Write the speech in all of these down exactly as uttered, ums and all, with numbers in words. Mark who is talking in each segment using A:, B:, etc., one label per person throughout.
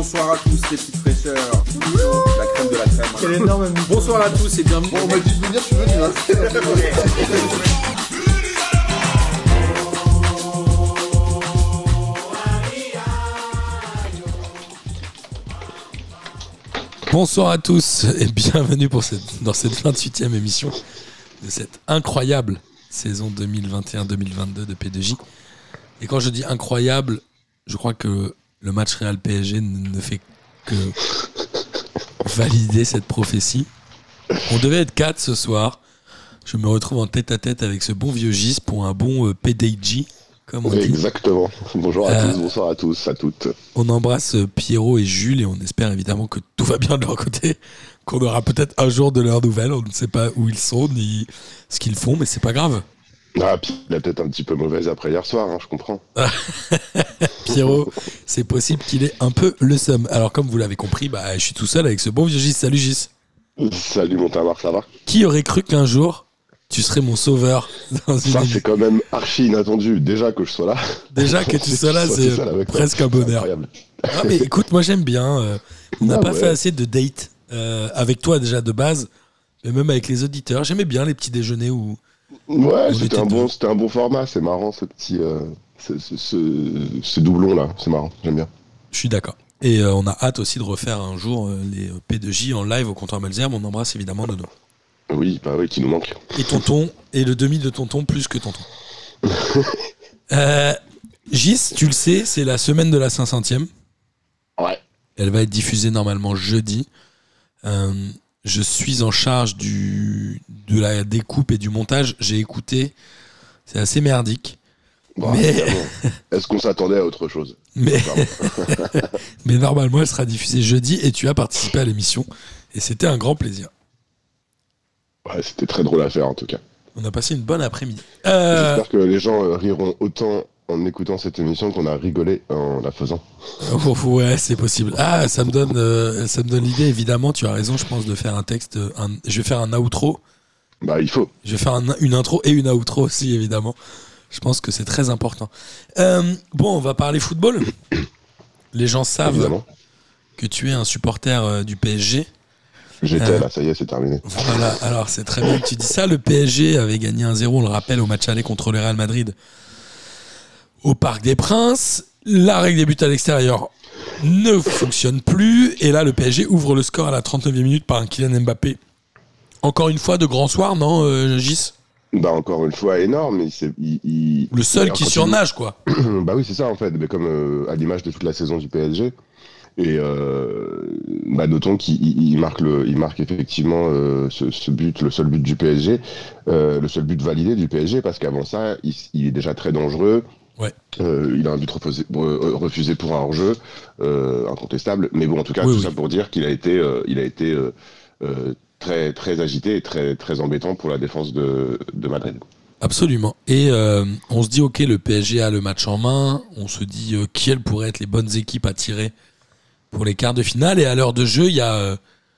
A: Bonsoir à tous les petites fraîcheurs. La crème de la crème.
B: Quel énorme
A: Bonsoir à tous et bienvenue.
C: Bon, on m'a dit de venir, je suis venu là.
D: Bonsoir à tous et bienvenue pour cette, dans cette vingt-huitième émission de cette incroyable saison deux mille vingt et un deux mille vingt-deux de P deux J. Et quand je dis incroyable, je crois que le match Real P S G ne fait que valider cette prophétie. On devait être quatre ce soir. Je me retrouve en tête à tête avec ce bon vieux Gis pour un bon euh, P D J, comme on dit.
C: Exactement. Bonjour à
D: Euh,
C: tous, bonsoir à tous, à toutes.
D: On embrasse euh, Pierrot et Jules et on espère évidemment que tout va bien de leur côté, qu'on aura peut-être un jour de leurs nouvelles. On ne sait pas où ils sont ni ce qu'ils font, mais c'est pas grave.
C: Ah, puis il a peut-être un petit peu mauvaise après hier soir, hein, je comprends.
D: Pierrot, c'est possible qu'il ait un peu le seum. Alors comme vous l'avez compris, bah, je suis tout seul avec ce bon vieux Gis. Salut Gis.
C: Salut mon Tamar, ça va?
D: Qui aurait cru qu'un jour, tu serais mon sauveur dans une
C: Ça
D: émission.
C: c'est quand même archi inattendu, déjà que je sois là.
D: Déjà que tu sois là,
C: Sois
D: c'est
C: tout seul avec toi.
D: presque un bonheur.
C: Incroyable.
D: Ah, mais écoute, moi j'aime bien. euh, on n'a
C: Ah
D: pas
C: ouais.
D: fait assez de dates euh, avec toi déjà de base, mais même avec les auditeurs. J'aimais bien les petits déjeuners où...
C: Ouais,
D: On
C: c'était
D: était
C: un, bon,
D: deux.
C: c'était un bon format, c'est marrant ce petit... Euh, ce, ce, ce, ce doublon là, c'est marrant, j'aime bien.
D: Je suis d'accord. Et euh, on a hâte aussi de refaire un jour euh, les euh, P deux J en live au comptoir Malzerbe. On embrasse évidemment Nono.
C: Oui, bah oui, qui nous manque.
D: Et tonton, et le demi de tonton plus que tonton. euh, Gis, tu le sais, c'est la semaine de la cinq centième.
C: Ouais.
D: Elle va être diffusée normalement jeudi. Euh, je suis en charge du, de la découpe et du montage. J'ai écouté, c'est assez merdique.
C: Bon,
D: Mais-
C: évidemment. Est-ce qu'on s'attendait à autre chose?
D: Mais,
C: Pardon.
D: mais normalement, elle sera diffusée jeudi et tu as participé à l'émission. Et c'était un grand plaisir.
C: Ouais, c'était très drôle à faire en tout cas.
D: On a passé une bonne après-midi. Euh,
C: J'espère que les gens euh, riront autant en écoutant cette émission qu'on a rigolé en la faisant.
D: oh, ouais, c'est possible. Ah, ça me donne, euh, ça me donne l'idée. Évidemment, tu as raison. Je pense de faire un texte. Un, je vais faire un outro.
C: Bah, il faut.
D: Je vais faire un- une intro et une outro aussi, évidemment. Je pense que c'est très important. Euh, bon, on va parler football. Les gens savent
C: Évidemment.
D: que tu es un supporter euh, du P S G.
C: J'étais
D: Euh,
C: là, ça y est, c'est terminé.
D: Voilà, alors c'est très bien que tu dis ça. Le P S G avait gagné un zéro, on le rappelle, au match aller contre le Real Madrid au Parc des Princes. La règle des buts à l'extérieur ne fonctionne plus. Et là, le P S G ouvre le score à la trente-neuvième minute par un Kylian Mbappé. Encore une fois, de grand soir, non, euh, Gis?
C: Bah, encore une fois, énorme. Il, s'est- il- il-
D: Le seul
C: D'ailleurs,
D: qui
C: quand
D: surnage, quoi.
C: il- Bah oui, c'est ça en fait. Mais comme euh, à l'image de toute la saison du P S G. Et euh, bah, notons qu'il il- il marque, le, il marque effectivement euh, ce, ce but, le seul but du P S G, euh, le seul but validé du P S G, parce qu'avant ça, il, il est déjà très dangereux.
D: Ouais.
C: Euh, il a un but refusé, euh, refusé pour un hors-jeu, euh, incontestable. Mais bon, en tout cas,
D: Oui,
C: tout
D: oui.
C: ça pour dire qu'il a été, euh, il a été euh, euh, très, très agité et très, très embêtant pour la défense de, de Madrid.
D: Absolument. Et euh, on se dit, ok, le P S G a le match en main. On se dit, euh, quelles pourraient être les bonnes équipes à tirer pour les quarts de finale. Et à l'heure de jeu, il y a euh,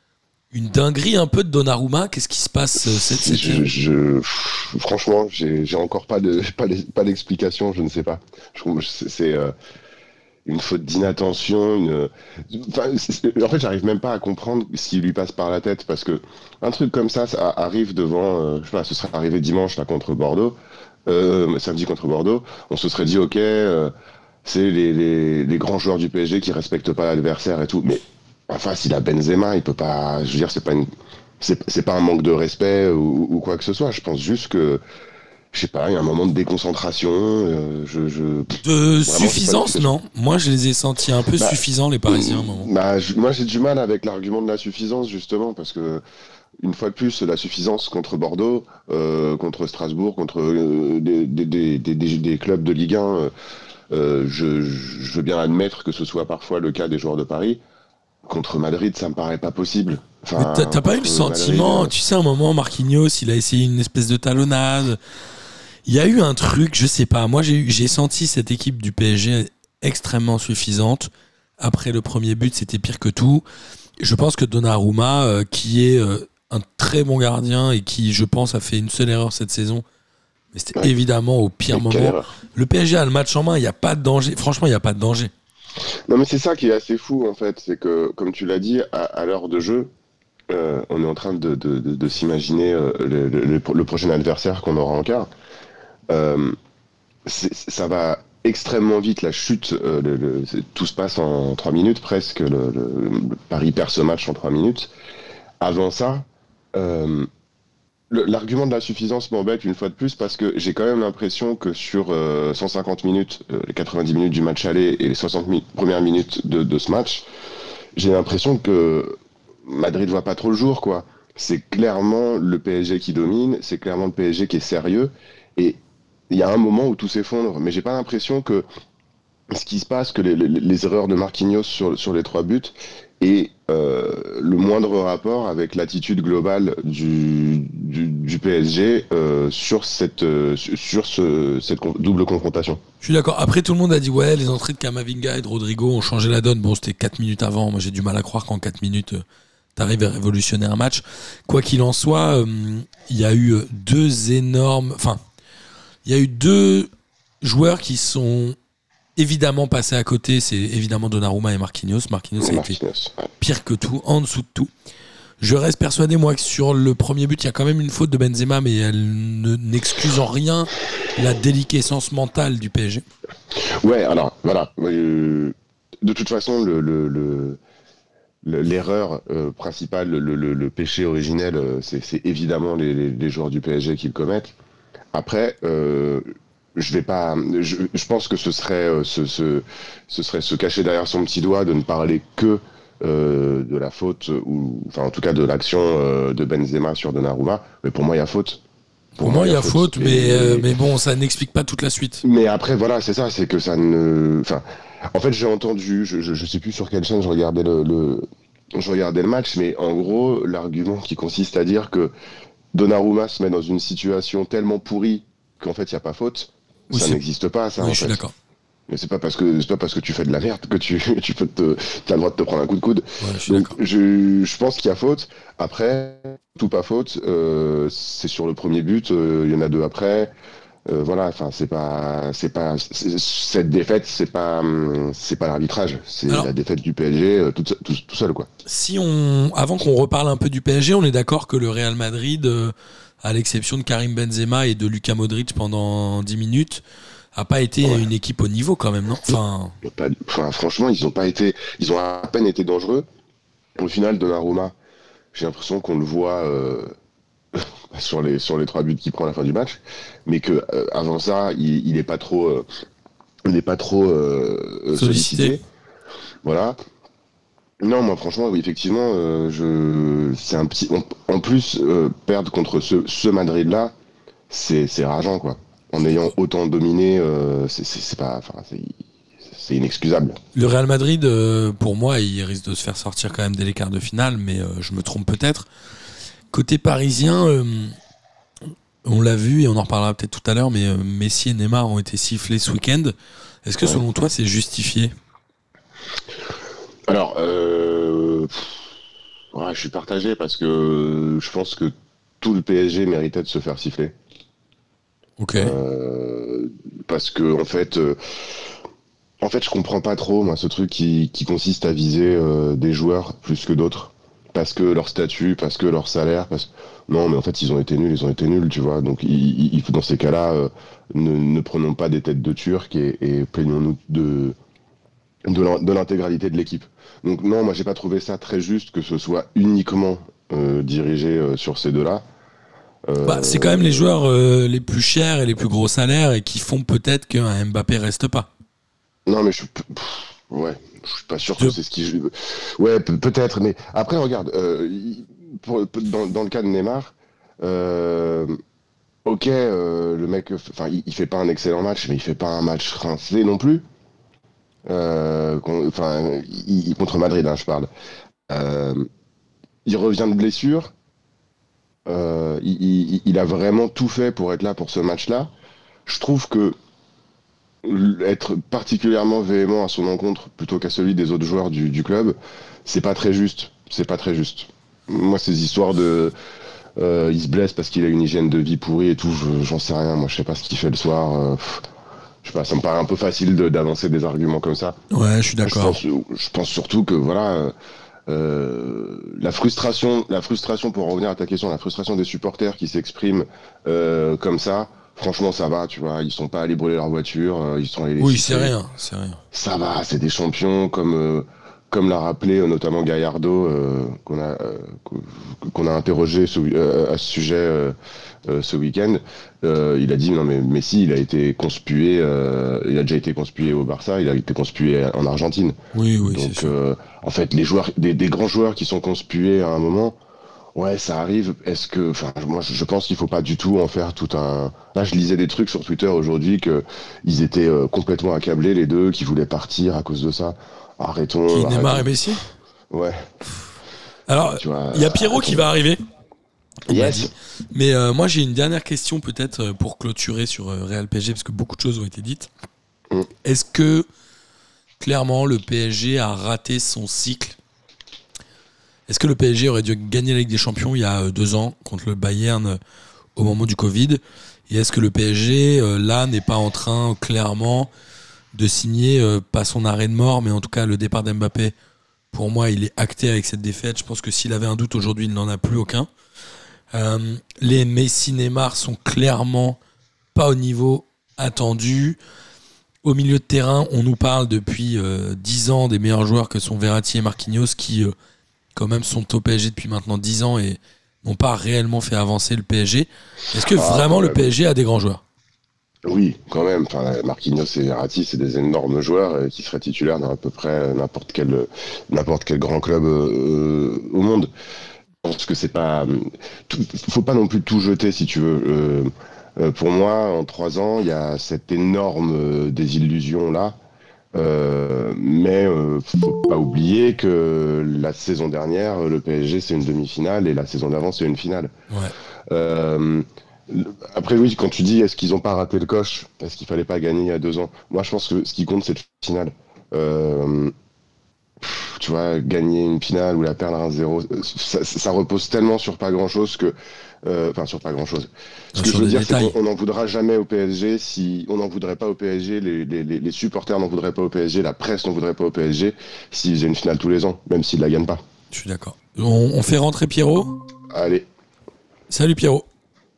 D: une dinguerie un peu de Donnarumma. Qu'est-ce qui se passe euh, cette
C: Je,
D: saison?
C: je- pff, franchement, j'ai j'ai encore pas de pas, d'ex- pas d'explication, je ne sais pas. Je trouve que c'est c'est, euh, une faute d'inattention. Une... Enfin, c'est- en fait, j'arrive même pas à comprendre ce qui lui passe par la tête parce que un truc comme ça, ça arrive devant. Euh, je sais pas, ce serait arrivé dimanche là contre Bordeaux, euh, samedi contre Bordeaux. On se serait dit ok, euh, c'est les, les, les grands joueurs du P S G qui respectent pas l'adversaire et tout. Mais enfin, s'il a Benzema, il peut pas. Je veux dire, c'est pas une c'est c'est pas un manque de respect ou, ou quoi que ce soit. Je pense juste que, je sais pas, il y a un moment de déconcentration. Euh, je, je...
D: De
C: c'est pas
D: suffisance,
C: une
D: non. Moi, je les ai sentis un peu
C: Bah,
D: suffisants, les Parisiens, à un moment.
C: Bah, je- moi, j'ai du mal avec l'argument de la suffisance, justement, parce que, une fois de plus, la suffisance contre Bordeaux, euh, contre Strasbourg, contre euh, des, des, des, des, des- des clubs de Ligue un, euh, euh, je, je veux bien admettre que ce soit parfois le cas des joueurs de Paris. Contre Madrid, ça me paraît pas possible.
D: Mais
C: Enfin,
D: t'as t'as pas eu le
C: contre
D: sentiment,
C: Madrid,
D: tu sais, à un moment, Marquinhos, il a essayé une espèce de talonnade. Il y a eu un truc, je sais pas. Moi, j'ai eu- j'ai senti cette équipe du P S G extrêmement suffisante. Après le premier but, c'était pire que tout. Je pense que Donnarumma, euh, qui est euh, un très bon gardien et qui, je pense, a fait une seule erreur cette saison, mais c'était
C: Ouais.
D: évidemment au pire
C: mais quelle
D: moment.
C: erreur.
D: Le P S G a le match en main, il n'y a pas de danger. Franchement, il n'y a pas de danger.
C: Non, mais c'est ça qui est assez fou, en fait. C'est que, comme tu l'as dit, à, à l'heure de jeu, euh, on est en train de, de, de, de s'imaginer euh, le, le, le, le prochain adversaire qu'on aura en quart. Euh, c'est- ça va extrêmement vite, la chute. Euh, le, le- c'est- tout se passe en trois minutes presque. Le, le- le Paris perd ce match en trois minutes. Avant ça, euh, le- l'argument de la suffisance m'embête une fois de plus parce que j'ai quand même l'impression que sur euh, cent cinquante minutes, euh, les quatre-vingt-dix minutes du match aller et les soixante mi- premières minutes de, de ce match, j'ai l'impression que Madrid voit pas trop le jour, quoi. C'est clairement le P S G qui domine, c'est clairement le P S G qui est sérieux, et il y a un moment où tout s'effondre, mais j'ai pas l'impression que ce qui se passe, que les, les- les erreurs de Marquinhos sur, sur les trois buts aient euh, le moindre rapport avec l'attitude globale du, du, du P S G euh, sur cette, euh, sur ce, cette con- double confrontation.
D: Je suis d'accord. Après, tout le monde a dit ouais, les entrées de Camavinga et de Rodrigo ont changé la donne. Bon, c'était quatre minutes avant. Moi, j'ai du mal à croire qu'en quatre minutes, euh, t'arrives à révolutionner un match. Quoi qu'il en soit, euh, il y a eu deux énormes. Enfin, il y a eu deux joueurs qui sont évidemment passés à côté. C'est évidemment Donnarumma et Marquinhos. Marquinhos a été
C: Marquinhos, ouais.
D: pire que tout, en dessous de tout. Je reste persuadé, moi, que sur le premier but, il y a quand même une faute de Benzema, mais elle ne, n'excuse en rien la déliquescence mentale du P S G.
C: Ouais, alors voilà. Euh, de toute façon, le, le, le- le- l'erreur euh, principale, le, le- le péché originel, euh, c'est, c'est évidemment les, les- les joueurs du P S G qui le commettent. Après, euh, je vais pas. Je, je pense que ce serait, euh, ce, ce, ce serait se cacher derrière son petit doigt de ne parler que euh, de la faute, ou enfin en tout cas de l'action euh, de Benzema sur Donnarumma. Mais pour moi, il y a faute.
D: Pour moi, il y a faute,
C: Et-
D: mais, euh, mais bon, ça n'explique pas toute la suite.
C: Mais après, voilà, c'est ça, c'est que ça ne. Enfin, en fait, j'ai entendu, je, je, je sais plus sur quelle chaîne je regardais le, le- je regardais le match, mais en gros, l'argument qui consiste à dire que Donnarumma se met dans une situation tellement pourrie qu'en fait, il n'y a pas faute,
D: Oui,
C: ça
D: c'est-
C: n'existe pas, ça,
D: Oui,
C: en
D: je suis
C: fait.
D: d'accord.
C: Mais c'est pas parce que c'est pas parce que tu fais de la merde que tu, tu peux te, t'as le droit de te prendre un coup de coude.
D: Ouais, je suis
C: Donc,
D: d'accord.
C: je, je pense qu'il y a faute. Après, tout pas faute, euh, c'est sur le premier but, euh, il y en a deux après. Euh, voilà, enfin, c'est pas, c'est pas, c'est- cette défaite, c'est pas, hum, c'est pas l'arbitrage, c'est
D: Alors-
C: la défaite du P S G euh, tout, tout, tout seul, quoi.
D: Si on, avant qu'on reparle un peu du P S G, on est d'accord que le Real Madrid, euh, à l'exception de Karim Benzema et de Luka Modric pendant dix minutes, a pas été
C: Ouais.
D: une équipe au niveau quand même, non? Enfin,
C: Ils ont pas- Enfin, franchement, ils ont pas été, ils ont à peine été dangereux. Au final, Donnarumma, j'ai l'impression qu'on le voit euh, sur les sur les trois buts qu'il prend à la fin du match, mais que euh, avant ça, il, il est pas trop, euh, il est pas trop euh, euh,
D: Sollicité.
C: sollicité. Voilà. Non, moi franchement, oui, effectivement, euh, je, c'est un petit. En, en plus, euh, perdre contre ce, ce Madrid-là, c'est, c'est rageant, quoi. En ayant autant dominé, euh, c'est, c'est, c'est pas, enfin, c'est, c'est inexcusable.
D: le Real Madrid, euh, pour moi, il risque de se faire sortir quand même dès les quarts de finale, mais euh, je me trompe peut-être. Côté parisien, euh, on l'a vu et on en reparlera peut-être tout à l'heure, mais euh, Messi et Neymar ont été sifflés ce week-end. Est-ce que
C: Ouais.
D: selon toi, c'est justifié?
C: Alors, euh, pff, ouais, je suis partagé parce que je pense que tout le P S G méritait de se faire siffler.
D: Ok.
C: Euh, parce que en fait, euh, en fait, je comprends pas trop moi ce truc qui, qui consiste à viser euh, des joueurs plus que d'autres parce que leur statut, parce que leur salaire, parce non, mais en fait ils ont été nuls, ils ont été nuls, tu vois. Donc il, il- il faut dans ces cas-là, euh, ne, ne prenons pas des têtes de Turcs et, et plaignons-nous de de l'in- de l'intégralité de l'équipe. Donc non, moi j'ai pas trouvé ça très juste que ce soit uniquement euh, dirigé euh, sur ces deux-là. Euh,
D: Bah, c'est quand même les joueurs euh, les plus chers et les plus gros salaires et qui font peut-être qu'un Mbappé reste pas.
C: Non, mais je suis. Pff, ouais, je suis pas sûr que
D: Je-
C: c'est ce qui. Ouais, pe- peut-être, mais après, regarde, euh, il- pour- dans, dans le cas de Neymar, euh, ok, euh, le mec, enfin, il, il fait pas un excellent match, mais il fait pas un match rincé non plus. Euh, con- Enfin, il, il- contre Madrid, hein, je parle. Euh, il revient de blessure. Euh, il, il- il a vraiment tout fait pour être là pour ce match-là. Je trouve que être particulièrement véhément à son encontre plutôt qu'à celui des autres joueurs du, du club, c'est pas très juste. C'est pas très juste. Moi, ces histoires de euh, il se blesse parce qu'il a une hygiène de vie pourrie et tout, je- j'en sais rien. Moi, je sais pas ce qu'il fait le soir. euh, pff, je sais pas, ça me paraît un peu facile de, d'avancer des arguments comme ça.
D: Ouais, je suis d'accord.
C: Je pense, je pense surtout que voilà, euh, la frustration, la frustration pour revenir à ta question, la frustration des supporters qui s'expriment euh, comme ça. Franchement, ça va, tu vois. Ils sont pas allés brûler leur voiture, euh, ils sont allés les
D: Oui,
C: sucer.
D: c'est rien, c'est rien.
C: Ça va, c'est des champions comme euh, comme l'a rappelé euh, notamment Gallardo euh, qu'on a euh, qu'on a interrogé ce- euh, à ce sujet euh, euh, ce week-end. Euh, il a dit non mais Messi, il a été conspué, euh, il a déjà été conspué au Barça, il a été conspué en Argentine.
D: Oui, oui, c'est
C: Donc
D: sûr.
C: euh, en fait, les joueurs, des, des grands joueurs qui sont conspués à un moment. Ouais, ça arrive. Est-ce que, enfin, moi, je je pense qu'il faut pas du tout en faire tout un. Là, je lisais des trucs sur Twitter aujourd'hui que ils étaient euh, complètement accablés les deux, qui voulaient partir à cause de ça.
D: Qui,
C: Arrêtons,
D: Neymar et
C: arrêtons.
D: Messi?
C: Ouais,
D: Alors,
C: tu vois.
D: il y a Pierrot
C: arrêtons.
D: qui va arriver. On m'a
C: Yes.
D: dit. Mais euh, moi, j'ai une dernière question peut-être euh, pour clôturer sur euh, Real P S G, parce que beaucoup de choses ont été dites.
C: Mm.
D: Est-ce que, clairement, le P S G a raté son cycle? Est-ce que le P S G aurait dû gagner la Ligue des Champions il y a euh, deux ans contre le Bayern euh, au moment du Covid? Et est-ce que le P S G, euh, là, n'est pas en train, clairement, de signer, euh, pas son arrêt de mort, mais en tout cas le départ d'Mbappé? Pour moi, il est acté avec cette défaite. Je pense que s'il avait un doute aujourd'hui, il n'en a plus aucun. Euh, les Messi, Neymar sont clairement pas au niveau attendu. Au milieu de terrain, on nous parle depuis euh, dix ans des meilleurs joueurs que sont Verratti et Marquinhos, qui euh, quand même sont au P S G depuis maintenant dix ans et n'ont pas réellement fait avancer le P S G. Est-ce que
C: Ah,
D: vraiment
C: quand
D: le
C: même.
D: P S G a des grands joueurs?
C: Oui, quand même. Enfin, Marquinhos et Verratti, c'est des énormes joueurs euh, qui seraient titulaires dans à peu près n'importe quel n'importe quel grand club euh, au monde. Je pense que c'est pas. Tout, faut pas non plus tout jeter si tu veux. Euh, euh, pour moi, en trois ans, il y a cette énorme euh, désillusion là. Euh, mais euh, faut pas oublier que la saison dernière, le P S G c'est une demi-finale et la saison d'avant c'est une finale.
D: Ouais.
C: Euh, Après oui, quand tu dis est-ce qu'ils ont pas raté le coche, est-ce qu'il fallait pas gagner il y a deux ans? Moi je pense que ce qui compte c'est le final. Euh, tu vois, gagner une finale ou la perdre un zéro, ça, ça repose tellement sur pas grand-chose que... euh, Enfin, sur pas grand-chose. Ce que
D: Sur
C: je veux
D: des
C: dire, c'est
D: détails.
C: qu'on n'en voudra jamais au P S G si... On n'en voudrait pas au P S G, les, les, les, les supporters n'en voudraient pas au P S G, la presse n'en voudrait pas au P S G s'ils faisaient une finale tous les ans, même s'ils la gagnent pas.
D: Je suis d'accord. On, on fait rentrer Pierrot.
C: Allez,
D: Salut Pierrot.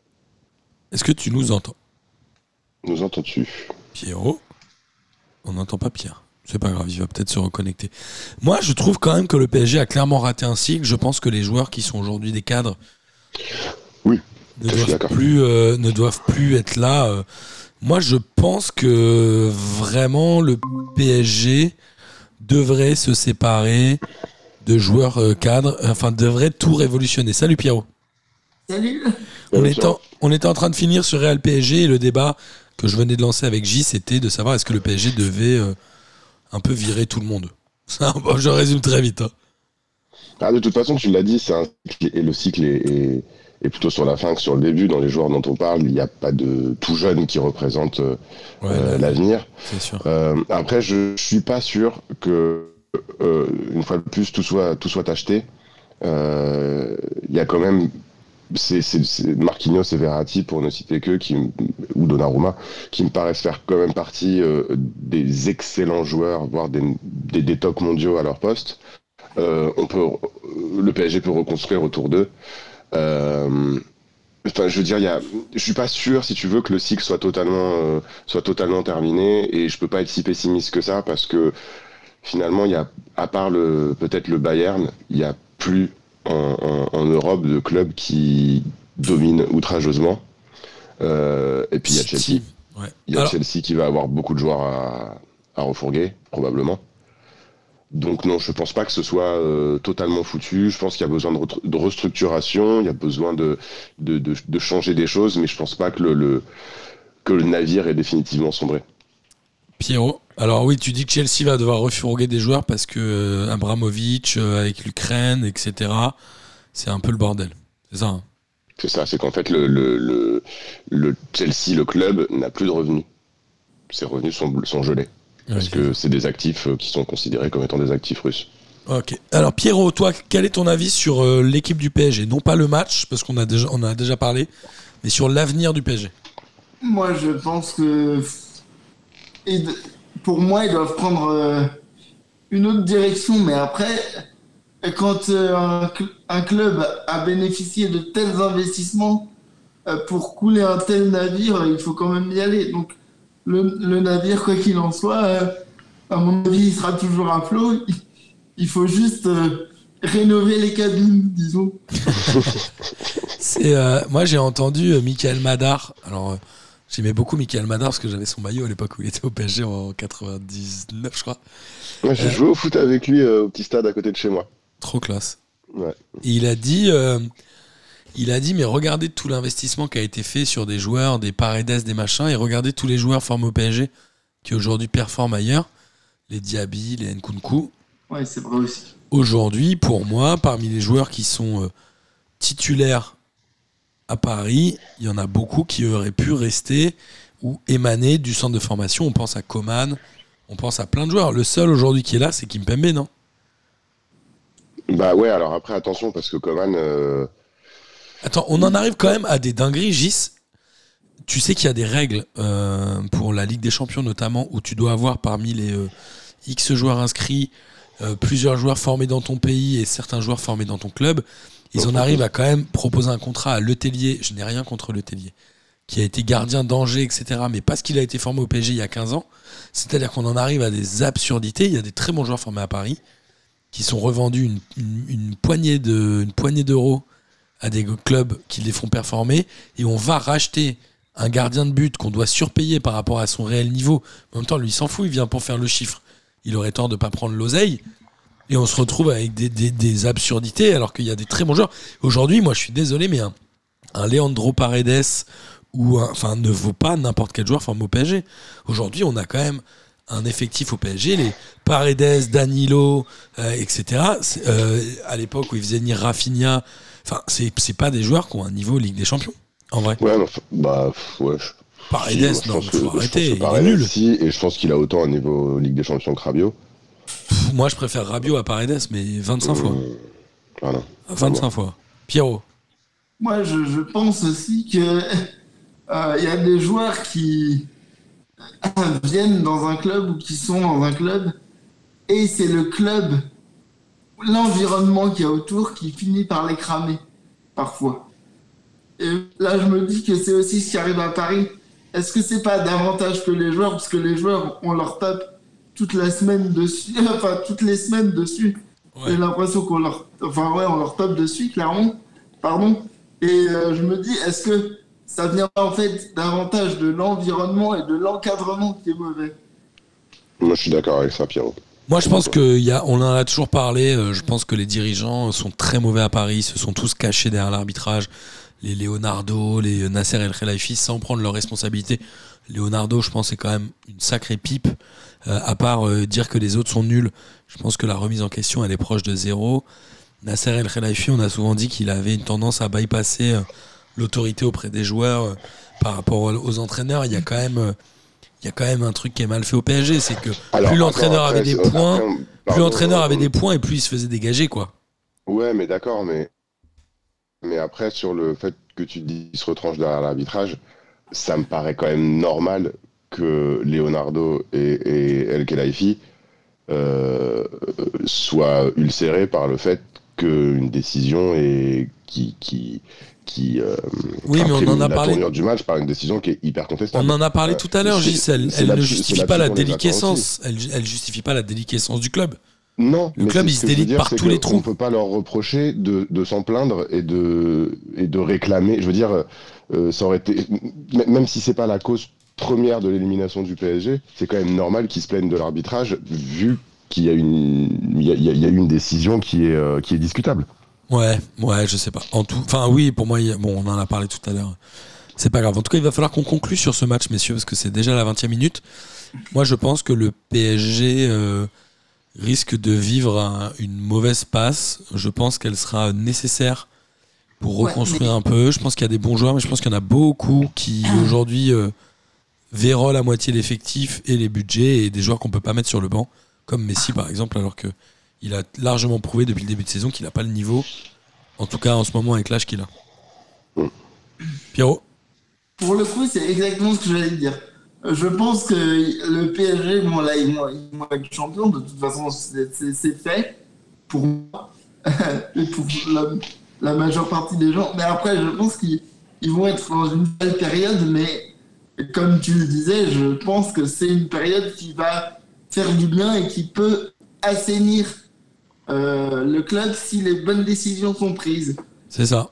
D: Est-ce que tu nous entends?
C: nous entends-tu?
D: Pierrot? On n'entend pas Pierre. C'est pas grave, il va peut-être se reconnecter. Moi, je trouve quand même que le P S G a clairement raté un cycle. Je pense que les joueurs qui sont aujourd'hui des cadres
C: Oui,
D: ne
C: je suis
D: doivent
C: d'accord.
D: plus, euh, ne doivent plus être là. euh. Moi, je pense que vraiment le P S G devrait se séparer de joueurs euh, cadres, enfin devrait tout révolutionner. Salut Pierrot.
B: Salut.
D: On
C: Euh,
D: était, en, on était en train de finir sur Real P S G et le débat que je venais de lancer avec J, c'était de savoir est-ce que le P S G devait euh, un peu virer tout le monde. Ça, bon, je résume très vite. Hein.
C: Ah, de toute façon, tu l'as dit, c'est un cycle, et le cycle est, est, est plutôt sur la fin que sur le début. Dans les joueurs dont on parle, il n'y a pas de tout jeune qui représente euh,
D: Ouais,
C: euh,
D: là,
C: l'avenir.
D: c'est sûr.
C: Euh, après, je suis pas sûr que, euh, une fois de plus, tout soit, tout soit acheté. Euh, Il y a quand même c'est, c'est, c'est Marquinhos et Verratti, pour ne citer qu'eux, qui, ou Donnarumma, qui me paraissent faire quand même partie euh, des excellents joueurs, voire des, des, des tops mondiaux à leur poste. Euh, on peut, le P S G peut reconstruire autour d'eux. Euh, Enfin, je veux dire, il y a, je suis pas sûr, si tu veux, que le cycle soit totalement, euh, soit totalement terminé, et je peux pas être si pessimiste que ça parce que finalement, il y a, à part le, peut-être le Bayern, il y a plus en, en, en Europe de clubs qui dominent outrageusement. Euh, et puis il y a
D: City.
C: Chelsea.
D: Ouais.
C: Il y a
D: Alors,
C: Chelsea qui va avoir beaucoup de joueurs à, à refourguer, probablement. Donc non, je pense pas que ce soit euh, totalement foutu. Je pense qu'il y a besoin de, re- de restructuration, il y a besoin de, de, de, de changer des choses, mais je pense pas que le, le, que le navire est définitivement sombré.
D: Pierrot. Alors oui, tu dis que Chelsea va devoir refourguer des joueurs parce que euh, Abramovich, euh, avec l'Ukraine, et cetera, c'est un peu le bordel. C'est ça, hein.
C: C'est ça, c'est qu'en fait le, le, le, le Chelsea, le club, n'a plus de revenus. Ses revenus sont, sont gelés. Parce
D: Ouais,
C: que c'est des actifs qui sont considérés comme étant des actifs russes.
D: Ok. Alors Pierrot, toi, quel est ton avis sur euh, l'équipe du P S G? Non pas le match, parce qu'on a déjà, on en a déjà parlé, mais sur l'avenir du P S G.
B: Moi, je pense que et de- pour moi, ils doivent prendre euh, une autre direction. Mais après, quand euh, un, cl- un club a bénéficié de tels investissements euh, pour couler un tel navire, il faut quand même y aller. Donc, le, le navire, quoi qu'il en soit, euh, à mon avis, il sera toujours à flot. Il, il faut juste euh, rénover les cabines, disons.
D: C'est, euh, moi, j'ai entendu euh, Michael Madar. Alors, euh, j'aimais beaucoup Michael Madar parce que j'avais son maillot à l'époque où il était au P S G en quatre-vingt-dix-neuf, je crois.
C: Moi, j'ai
D: Euh,
C: joué au foot avec lui euh, au petit stade à côté de chez moi.
D: Trop classe.
C: Ouais.
D: Et il a dit, euh, il a dit, mais regardez tout l'investissement qui a été fait sur des joueurs, des Paredes, des machins, et regardez tous les joueurs formés au P S G qui aujourd'hui performent ailleurs, les Diaby, les Nkunku.
B: Ouais, c'est vrai aussi.
D: Aujourd'hui, pour moi, parmi les joueurs qui sont euh, titulaires à Paris, il y en a beaucoup qui auraient pu rester ou émaner du centre de formation. On pense à Coman, on pense à plein de joueurs. Le seul aujourd'hui qui est là, c'est Kimpembe, non ?
C: Bah ouais, alors après, attention, parce que Coman. Euh...
D: Attends, on en arrive quand même à des dingueries, Gis. Tu sais qu'il y a des règles euh, pour la Ligue des Champions notamment, où tu dois avoir parmi les euh, X joueurs inscrits, euh, plusieurs joueurs formés dans ton pays et certains joueurs formés dans ton club. Ils en arrivent à quand même proposer un contrat à Letellier, je n'ai rien contre Letellier, qui a été gardien d'Angers, et cetera, mais parce qu'il a été formé au P S G il y a quinze ans. C'est-à-dire qu'on en arrive à des absurdités. Il y a des très bons joueurs formés à Paris qui sont revendus une, une, une poignée de, une poignée d'euros à des clubs qui les font performer, et on va racheter un gardien de but qu'on doit surpayer par rapport à son réel niveau. En même temps, lui, il s'en fout, il vient pour faire le chiffre. Il aurait tort de ne pas prendre l'oseille. Et on se retrouve avec des, des, des absurdités, alors qu'il y a des très bons joueurs. Aujourd'hui, moi, je suis désolé, mais un, un Leandro Paredes ou un, enfin, ne vaut pas n'importe quel joueur formé au P S G. Aujourd'hui, on a quand même un effectif au P S G, les Paredes, Danilo, euh, et cetera. C'est, euh, à l'époque où ils faisaient venir Rafinha, enfin, c'est, c'est pas des joueurs qui ont un niveau Ligue des Champions, en vrai.
C: Ouais, mais enfin, bah, pff, ouais. Je...
D: Paredes,
C: si, moi, je
D: non,
C: pense
D: faut
C: que, je
D: arrêter,
C: pense que
D: il
C: Paredes,
D: est nul.
C: Si, et je pense qu'il a autant un niveau Ligue des Champions que Rabiot.
D: Pff, moi, je préfère Rabiot à Paredes, mais vingt-cinq fois.
C: Mmh, voilà.
D: vingt-cinq fois. Pierrot.
B: Moi, je, je pense aussi que euh, il y a des joueurs qui viennent dans un club ou qui sont dans un club et c'est le club, l'environnement qu'il y a autour qui finit par les cramer parfois. Et là, je me dis que c'est aussi ce qui arrive à Paris. Est-ce que c'est pas davantage que les joueurs, parce que les joueurs, on leur tape toute la semaine dessus, enfin toutes les semaines dessus.
D: Ouais.
B: J'ai l'impression qu'on leur, enfin ouais, on leur tape dessus clairement. Pardon. Et euh, je me dis, est-ce que ça vient pas en fait davantage de l'environnement et de l'encadrement qui est mauvais?
C: Moi, je suis d'accord avec ça, Pierrot.
D: Moi, je pense que y a, on en a toujours parlé. euh, Je pense que les dirigeants sont très mauvais à Paris, se sont tous cachés derrière l'arbitrage. Les Leonardo, les Nasser El Khelaifi, sans prendre leurs responsabilités. Leonardo, je pense, c'est quand même une sacrée pipe. Euh, à part euh, dire que les autres sont nuls, je pense que la remise en question, elle est proche de zéro. Nasser El Khelaifi, on a souvent dit qu'il avait une tendance à bypasser euh, l'autorité auprès des joueurs euh, par rapport aux entraîneurs. Il y a quand même, euh, il y a quand même un truc qui est mal fait au P S G, c'est que
C: Alors,
D: plus l'entraîneur
C: attends, après,
D: avait des
C: c'est-
D: points,
C: après,
D: plus
C: pardon,
D: l'entraîneur
C: euh,
D: avait des points et plus il se faisait dégager, quoi.
C: Ouais, mais d'accord, mais... mais après, sur le fait que tu dis qu'il se retranche derrière l'arbitrage, ça me paraît quand même normal que Leonardo et, et El Khelaifi euh, soient ulcérés par le fait qu'une décision est qui qui qui euh,
D: Oui, mais on
C: imprime
D: en a
C: la
D: parlé.
C: tournure du match par une décision qui est hyper contestable.
D: On en a parlé
C: Ouais.
D: tout à l'heure,
C: C'est-
D: Gis. Elle,
C: c'est
D: elle ne
C: là-dessus-
D: justifie
C: c'est
D: pas la
C: là-dessus qu'on est d'accord aussi.
D: déliquescence. Elle, elle justifie pas la déliquescence du club.
C: Non,
D: Le
C: mais
D: club,
C: c'est
D: il
C: ce
D: se
C: que je veux
D: délite
C: dire,
D: par
C: c'est
D: tous
C: que
D: les trous.
C: On ne peut pas leur reprocher de, de s'en plaindre et de, et de réclamer. Je veux dire, euh, ça aurait été, m- même si c'est pas la cause première de l'élimination du P S G, c'est quand même normal qu'ils se plaignent de l'arbitrage vu qu'il y a une, il y a, il y a- il y a une décision qui est, euh, qui est discutable.
D: Ouais, ouais, je sais pas. En tout, enfin oui, pour moi, il y a- bon, on en a parlé tout à l'heure. C'est pas grave. En tout cas, il va falloir qu'on conclue sur ce match, messieurs, parce que c'est déjà la vingtième minute. Moi, je pense que le P S G euh, risque de vivre un- une mauvaise passe. Je pense qu'elle sera nécessaire pour
B: Ouais,
D: reconstruire
B: mais-
D: un peu. Je pense qu'il y a des bons joueurs, mais je pense qu'il y en a beaucoup qui aujourd'hui euh, vérolent à moitié l'effectif et les budgets et des joueurs qu'on peut pas mettre sur le banc, comme Messi par exemple, alors que il a largement prouvé depuis le début de saison qu'il n'a pas le niveau, en tout cas en ce moment avec l'âge qu'il a.
C: Mm.
D: Pierrot.
B: Pour le coup, c'est exactement ce que j'allais te dire. Je pense que le P S G, bon là, ils vont, ils vont être champions. De toute façon, c'est, c'est, c'est fait pour moi et pour la, la majeure partie des gens. Mais après, je pense qu'ils ils vont être dans une belle période. Mais comme tu le disais, je pense que c'est une période qui va faire du bien et qui peut assainir euh, le club si les bonnes décisions sont prises.
D: C'est ça.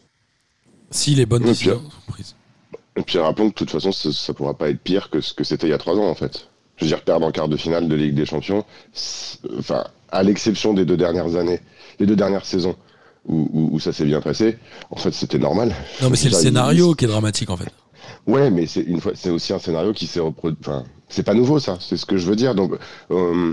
D: Si les bonnes
C: Ouais,
D: décisions
C: puis-
D: sont prises.
C: Et puis rappelons que de toute façon, ça, ça pourra pas être pire que ce que c'était il y a trois ans en fait. Je veux dire, perdre en quart de finale de Ligue des Champions, c'est- enfin, à l'exception des deux dernières années, les deux dernières saisons où, où, où ça s'est bien passé, en fait, c'était normal.
D: Non, mais c'est le
C: Enfin,
D: scénario
C: il-
D: qui est dramatique en fait.
C: Ouais, mais c'est une fois, c'est aussi un scénario qui s'est reproduit. Enfin, c'est pas nouveau ça, c'est ce que je veux dire. Donc, euh,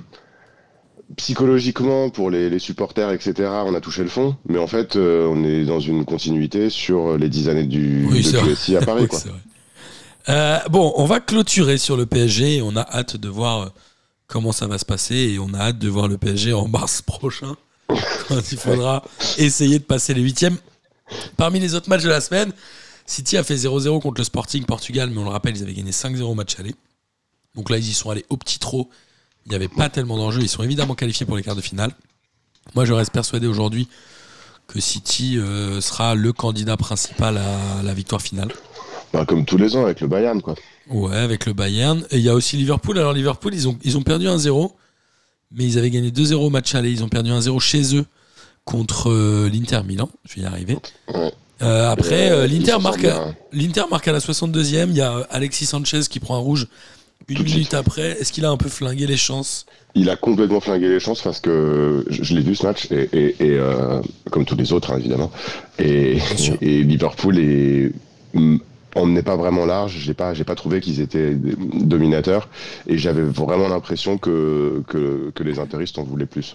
C: psychologiquement, pour les, les supporters, et cetera, on a touché le fond, mais en fait, euh, on est dans une continuité sur les dix années du
D: Oui,
C: de
D: c'est
C: Q
D: vrai.
C: S I à Paris,
D: Oui,
C: quoi.
D: c'est vrai. Euh, bon, on va clôturer sur le P S G et on a hâte de voir euh, comment ça va se passer et on a hâte de voir le P S G en mars prochain quand il faudra essayer de passer les huitièmes. Parmi les autres matchs de la semaine, City a fait zéro zéro contre le Sporting Portugal, mais on le rappelle, ils avaient gagné cinq zéro au match aller. Donc là, ils y sont allés au petit trot. Il n'y avait pas tellement d'enjeux. Ils sont évidemment qualifiés pour les quarts de finale. Moi, je reste persuadé aujourd'hui que City euh, sera le candidat principal à la victoire finale.
C: Bah, comme tous les ans avec le Bayern, quoi.
D: Ouais, avec le Bayern. Et il y a aussi Liverpool. Alors Liverpool, ils ont, ils ont perdu un zéro, mais ils avaient gagné deux zéro au match aller. Ils ont perdu un zéro chez eux contre euh, l'Inter Milan. Je vais y arriver.
C: Ouais.
D: Euh, après,
C: Euh,
D: euh,
C: ils
D: l'Inter,
C: s'en
D: marque
C: sortent
D: à,
C: bien.
D: l'Inter marque à la soixante-deuxième. Il y a Alexis Sanchez qui prend un rouge une
C: Tout de
D: minute
C: suite.
D: après. Est-ce qu'il a un peu flingué les chances?
C: Il a complètement flingué les chances parce que je, je l'ai vu ce match et, et, et, euh, comme tous les autres hein, évidemment et,
D: Bien sûr.
C: et Liverpool est on n'est pas vraiment large. J'ai pas j'ai pas trouvé qu'ils étaient dominateurs et j'avais vraiment l'impression que, que que les interistes en voulaient plus.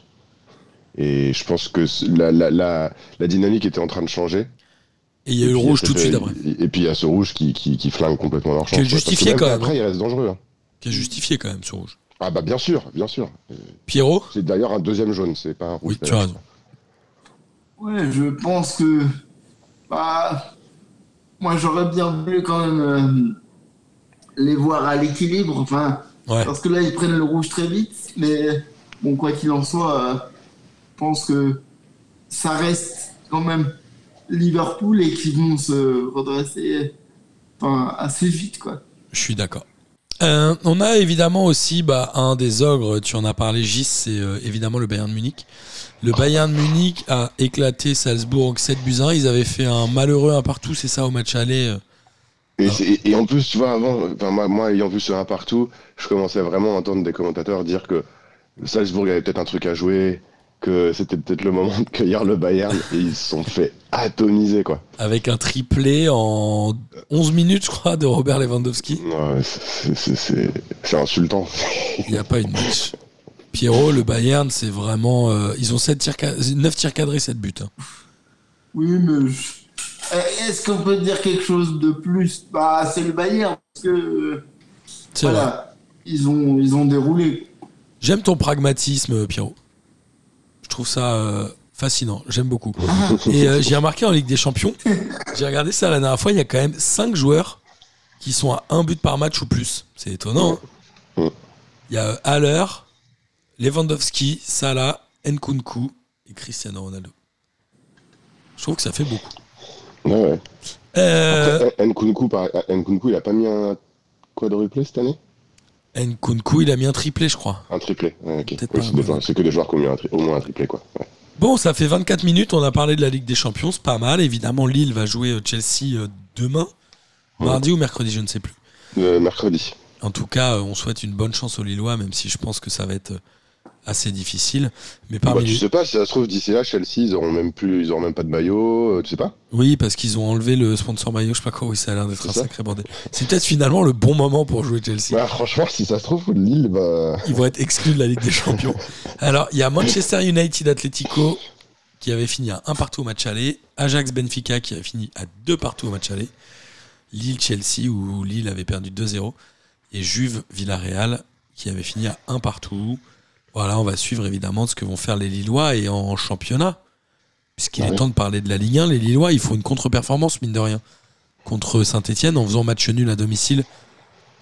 C: Et je pense que la, la, la, la dynamique était en train de changer.
D: Et il y a eu
C: Et
D: le
C: puis,
D: rouge
C: il y a
D: tout de
C: cette-
D: suite après.
C: Et puis il y a ce rouge qui, qui, qui flingue complètement leur chance.
D: Qui est
C: quoi. Parce que
D: justifié
C: même
D: quand même,
C: Après,
D: hein.
C: il reste dangereux. hein.
D: Qui est justifié quand même ce rouge.
C: Ah bah bien sûr, bien sûr.
D: Pierrot?
C: C'est d'ailleurs un deuxième jaune, c'est pas un rouge.
D: Oui, tu as
C: d'ailleurs.
D: raison.
B: Ouais, je pense que. Bah, moi, j'aurais bien voulu quand même euh, les voir à l'équilibre. Enfin,
D: Ouais.
B: parce que là, ils prennent le rouge très vite. Mais bon, quoi qu'il en soit, euh, je pense que ça reste quand même Liverpool et qu'ils vont se redresser enfin, assez vite, quoi.
D: Je suis d'accord. Euh, on a évidemment aussi bah, un des ogres, tu en as parlé Gis, c'est euh, évidemment le Bayern de Munich. Le Bayern de Munich a éclaté Salzbourg sept buts à un. Ils avaient fait un malheureux un partout, c'est ça, au match aller. euh.
C: Et,
D: Ah.
C: c'est- et en plus, tu vois, avant, enfin, moi, moi, ayant vu ce un partout, je commençais vraiment à entendre des commentateurs dire que Salzbourg avait peut-être un truc à jouer, que c'était peut-être le moment de cueillir le Bayern, et ils se sont fait atomiser, quoi.
D: Avec un triplé en onze minutes, je crois, de Robert Lewandowski.
C: Ouais, c'est- c'est- c'est c'est insultant.
D: Il n'y a pas une match. Pierrot, le Bayern, c'est vraiment. euh, ils ont sept tirs, ca- neuf tirs cadrés, sept buts. hein.
B: Oui, mais je- Eh, est-ce qu'on peut dire quelque chose de plus? Bah, c'est le Bayern, parce que euh,
D: C'est vrai.
B: voilà, ils ont, ils ont déroulé.
D: J'aime ton pragmatisme, Pierrot. Je trouve ça euh, fascinant. J'aime beaucoup. Et euh, j'ai remarqué en Ligue des Champions, j'ai regardé ça la dernière fois, il y a quand même cinq joueurs qui sont à un but par match ou plus. C'est étonnant. hein.
C: Ouais.
D: Il y a euh, Haller, Lewandowski, Salah, Nkunku et Cristiano Ronaldo. Je trouve que ça fait beaucoup.
C: Ouais, ouais.
D: Euh,
C: Après, Nkunku, par- Nkunku, il a pas mis un quadruplé cette année?
D: Nkunku, il a mis un triplé, je crois.
C: Un triplé. Ouais, ok.
D: Peut-être
C: Oui,
D: pas
C: c'est
D: un
C: des
D: bon.
C: joueurs- c'est que des joueurs qui ont mis un tri- au moins un triplé, quoi. Ouais.
D: Bon, ça fait vingt-quatre minutes, on a parlé de la Ligue des Champions, c'est pas mal. Évidemment, Lille va jouer euh, Chelsea euh, demain, mardi ou mercredi, je ne sais plus.
C: Euh, mercredi.
D: En tout cas, euh, on souhaite une bonne chance aux Lillois, même si je pense que ça va être euh, assez difficile. Mais
C: Bah,
D: parmi
C: tu
D: les...
C: sais pas, si ça se trouve, d'ici là, Chelsea, ils auront même plus, ils auront même pas de maillot, euh, tu sais pas?
D: Oui, parce qu'ils ont enlevé le sponsor maillot, je sais pas quoi, oui, ça a l'air d'être
C: C'est
D: un
C: ça.
D: sacré bordel. C'est peut-être finalement le bon moment pour jouer Chelsea.
C: Bah, franchement, si ça se trouve, Lille, bah.
D: Ils vont être exclus de la Ligue des Champions. Alors, il y a Manchester United Atletico qui avait fini à un partout au match aller, Ajax Benfica qui avait fini à deux partout au match aller, Lille Chelsea où Lille avait perdu deux zéro et Juve Villarreal qui avait fini à un partout. Voilà, on va suivre évidemment ce que vont faire les Lillois et en championnat. Puisqu'il
C: Ah
D: est
C: oui.
D: temps de parler de la Ligue un, les Lillois, il faut une contre-performance, mine de rien, contre Saint-Etienne en faisant match nul à domicile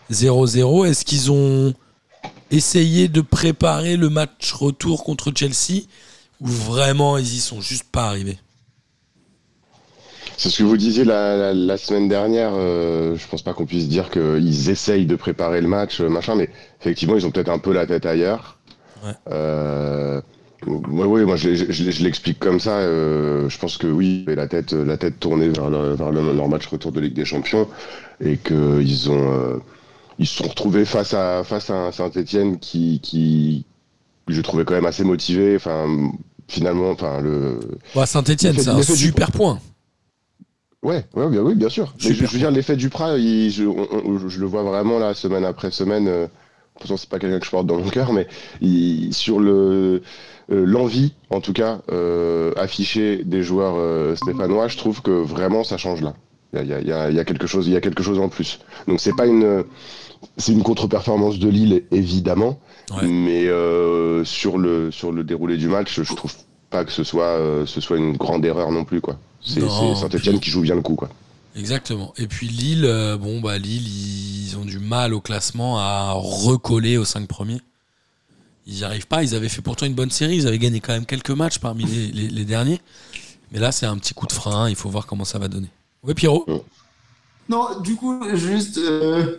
D: zéro zéro. Est-ce qu'ils ont essayé de préparer le match retour contre Chelsea ou vraiment ils y sont juste pas arrivés?
C: C'est ce que vous disiez la, la, la semaine dernière. Euh, je pense pas qu'on puisse dire qu'ils essayent de préparer le match, machin, mais effectivement, ils ont peut-être un peu la tête ailleurs.
D: Ouais.
C: Euh, ouais, ouais, moi, je, je, je, je l'explique comme ça. Euh, je pense que oui, la tête, la tête tournée vers, le, vers le, leur match retour de Ligue des Champions et qu'ils ont, euh, ils se sont retrouvés face à face à un Saint-Etienne qui, qui, je trouvais quand même assez motivé. Enfin, finalement, enfin le.
D: Ouais, Saint-Etienne, c'est un super
C: du...
D: point.
C: Ouais, ouais, bien, oui, bien sûr. Mais je, je veux dire, l'effet Duprat, il, je, on, on, je le vois vraiment là, semaine après semaine. Euh, pourtant, c'est pas quelqu'un que je porte dans mon cœur, mais il, sur le euh, l'envie, en tout cas, euh, affichée des joueurs euh, stéphanois, je trouve que vraiment ça change là. Il y a, il y a, il y a quelque chose, il y a quelque chose en plus. Donc c'est pas une, c'est une contre-performance de Lille évidemment, ouais. mais euh, sur le sur le déroulé du match, je trouve pas que ce soit euh, ce soit une grande erreur non plus quoi. C'est, c'est Saint-Etienne puis... qui joue bien le coup, quoi.
D: Exactement. Et puis Lille, euh, bon bah Lille, ils ont du mal au classement à recoller aux cinq premiers. Ils n'y arrivent pas. Ils avaient fait pourtant une bonne série. Ils avaient gagné quand même quelques matchs parmi les, les, les derniers. Mais là, c'est un petit coup de frein. Il faut voir comment ça va donner. Ouais, Pierrot.
C: Mmh.
B: Non, du coup, juste, euh...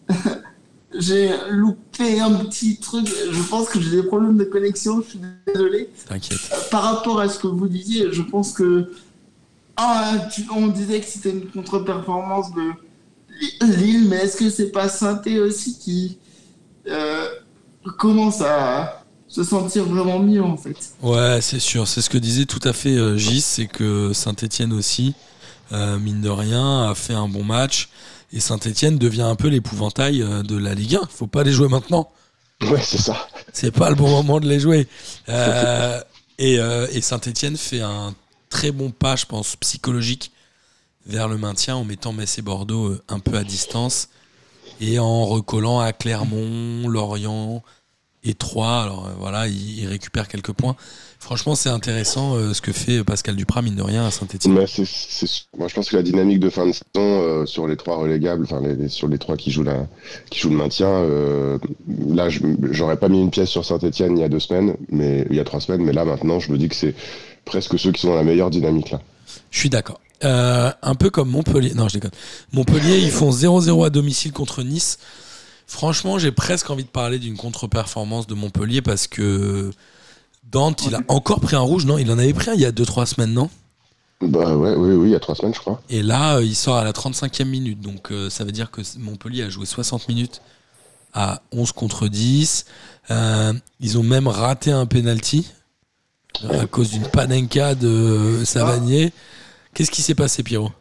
B: j'ai loupé un petit truc. Je pense que j'ai des problèmes de connexion. Je suis désolé.
D: T'inquiète.
B: Par rapport à ce que vous disiez, je pense que Ah, tu, on disait que c'était une contre-performance de Lille, mais est-ce que c'est pas Saint-Étienne aussi qui euh, commence à se sentir vraiment mieux en fait?
D: Ouais, c'est sûr. C'est ce que disait tout à fait euh, Gis, c'est que Saint-Etienne aussi, euh, mine de rien, a fait un bon match. Et Saint-Etienne devient un peu l'épouvantail euh, de la Ligue un. Faut pas les jouer maintenant.
C: Ouais, c'est ça.
D: C'est pas le bon moment de les jouer. Euh, et, euh, et Saint-Etienne fait un très bon pas, je pense, psychologique vers le maintien en mettant Metz et Bordeaux un peu à distance et en recollant à Clermont, Lorient et Troyes. Alors euh, voilà, ils, ils récupèrent quelques points. Franchement, c'est intéressant euh, ce que fait Pascal Duprat, mine de rien, à Saint-Etienne.
C: Mais c'est, c'est, moi, je pense que la dynamique de fin de saison euh, sur les trois relégables, enfin les, les, sur les trois qui jouent, la, qui jouent le maintien, euh, là, je, j'aurais pas mis une pièce sur Saint-Etienne il y a deux semaines, mais il y a trois semaines, mais là maintenant, je me dis que c'est presque ceux qui sont dans la meilleure dynamique là.
D: Je suis d'accord. Euh, un peu comme Montpellier. Non, je déconne. Montpellier, ils font zéro zéro à domicile contre Nice. Franchement, j'ai presque envie de parler d'une contre-performance de Montpellier parce que Dante, il a encore pris un rouge, non? Il en avait pris un il y a deux trois semaines, non?
C: Bah ouais, oui, oui, il y a trois semaines, je crois.
D: Et là, il sort à la trente-cinquième minute. Donc euh, ça veut dire que Montpellier a joué soixante minutes à onze contre dix. Euh, ils ont même raté un penalty à cause d'une panenka de Savanier. Qu'est-ce qui s'est passé, Pierrot?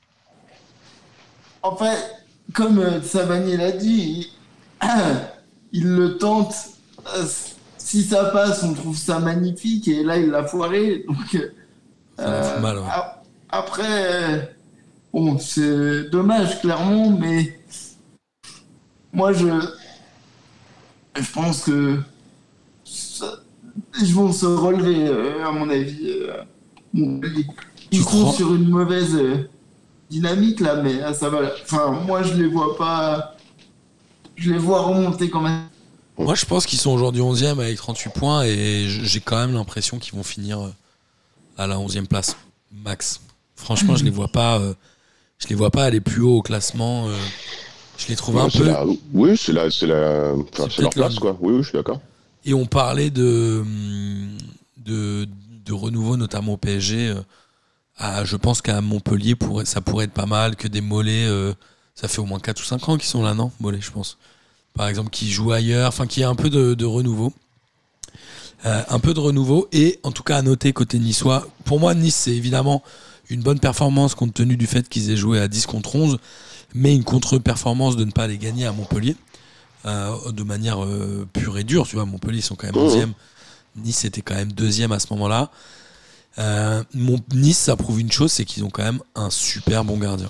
B: En fait, comme euh, Savanier l'a dit, il, il le tente. Euh, si ça passe, on trouve ça magnifique. Et là, il l'a foiré. Donc, euh,
D: ça fout mal, ouais.
B: Après, euh, bon, c'est dommage, clairement. Mais moi, je, je pense que ça, ils vont se relever, euh, à mon avis. Euh, Montpellier. Ils
D: tu
B: sont
D: crois
B: sur une mauvaise euh, dynamique là, mais euh, ça va. Enfin, moi je les vois pas. Je les vois remonter quand même.
D: Moi je pense qu'ils sont aujourd'hui onzième avec trente-huit points et j'ai quand même l'impression qu'ils vont finir à la onzième place max. Franchement, je les vois pas. Euh, je les vois pas aller plus haut au classement. Euh, je les trouve ouais, un peu.
C: La, oui, c'est la, c'est la, enfin, c'est, c'est leur place, quoi. Oui, oui, je suis d'accord.
D: Et on parlait de de, de renouveau, notamment au P S G. Euh, à, je pense qu'à Montpellier, pourrait, ça pourrait être pas mal que des Mollets. Euh, ça fait au moins quatre ou cinq ans qu'ils sont là, non, Mollets, je pense. Par exemple, qui jouent ailleurs, enfin, qui a un peu de, de renouveau. Euh, un peu de renouveau. Et en tout cas, à noter côté niçois. Pour moi, Nice, c'est évidemment une bonne performance compte tenu du fait qu'ils aient joué à dix contre onze, mais une contre-performance de ne pas les gagner à Montpellier euh, de manière euh, pure et dure. Tu vois, Montpellier, ils sont quand même onzième. Nice était quand même deuxième à ce moment-là. Euh, mon, nice, ça prouve une chose, c'est qu'ils ont quand même un super bon gardien.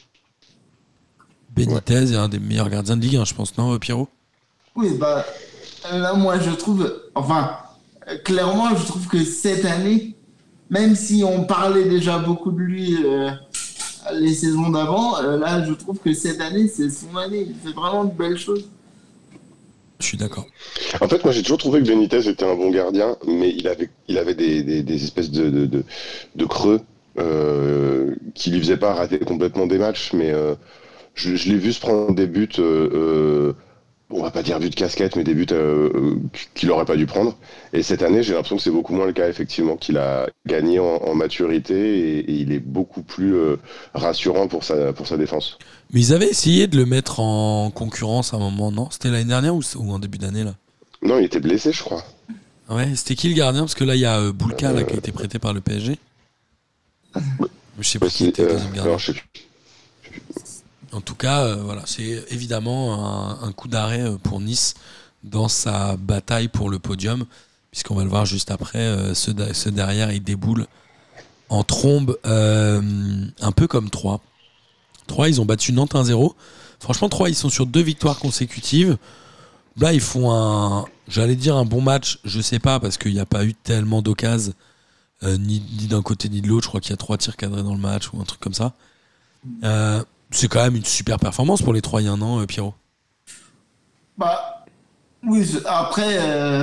D: Benitez ouais. est un des meilleurs gardiens de Ligue un, je pense, non, Pierrot?
B: Oui, bah là, moi, je trouve, enfin, clairement, je trouve que cette année, même si on parlait déjà beaucoup de lui euh, les saisons d'avant. Euh, là, je trouve que cette année, c'est son année. Il fait vraiment de belles choses.
D: Je suis d'accord.
C: En fait, moi, j'ai toujours trouvé que Benitez était un bon gardien, mais il avait, il avait des, des, des espèces de, de, de, de creux euh, qui lui faisaient pas rater complètement des matchs. Mais euh, je, je l'ai vu se prendre des buts, euh, euh, on va pas dire buts de casquette, mais des buts euh, euh, qu'il aurait pas dû prendre. Et cette année, j'ai l'impression que c'est beaucoup moins le cas, effectivement, qu'il a gagné en, en maturité et, et il est beaucoup plus euh, rassurant pour sa, pour sa défense.
D: Mais ils avaient essayé de le mettre en concurrence à un moment, non? C'était l'année dernière ou, ou en début d'année là?
C: Non, il était blessé, je crois.
D: Ouais, c'était qui le gardien? Parce que là, il y a euh, Boulka là, qui a été prêté par le P S G. Je sais pas qui était le deuxième gardien.
C: Non, je sais plus.
D: En tout cas, euh, voilà, c'est évidemment un, un coup d'arrêt euh, pour Nice dans sa bataille pour le podium, puisqu'on va le voir juste après, euh, ceux, de- ceux derrière, ils déboulent en trombe, euh, un peu comme Troyes. Troyes, ils ont battu Nantes un zéro. Franchement, Troyes, ils sont sur deux victoires consécutives. Là, ils font un, j'allais dire un bon match, je sais pas, parce qu'il n'y a pas eu tellement d'occasions, euh, ni, ni d'un côté ni de l'autre. Je crois qu'il y a trois tirs cadrés dans le match ou un truc comme ça. Euh, c'est quand même une super performance pour les Troyens, non, euh, Pierrot?
B: Bah, oui, je- après, euh,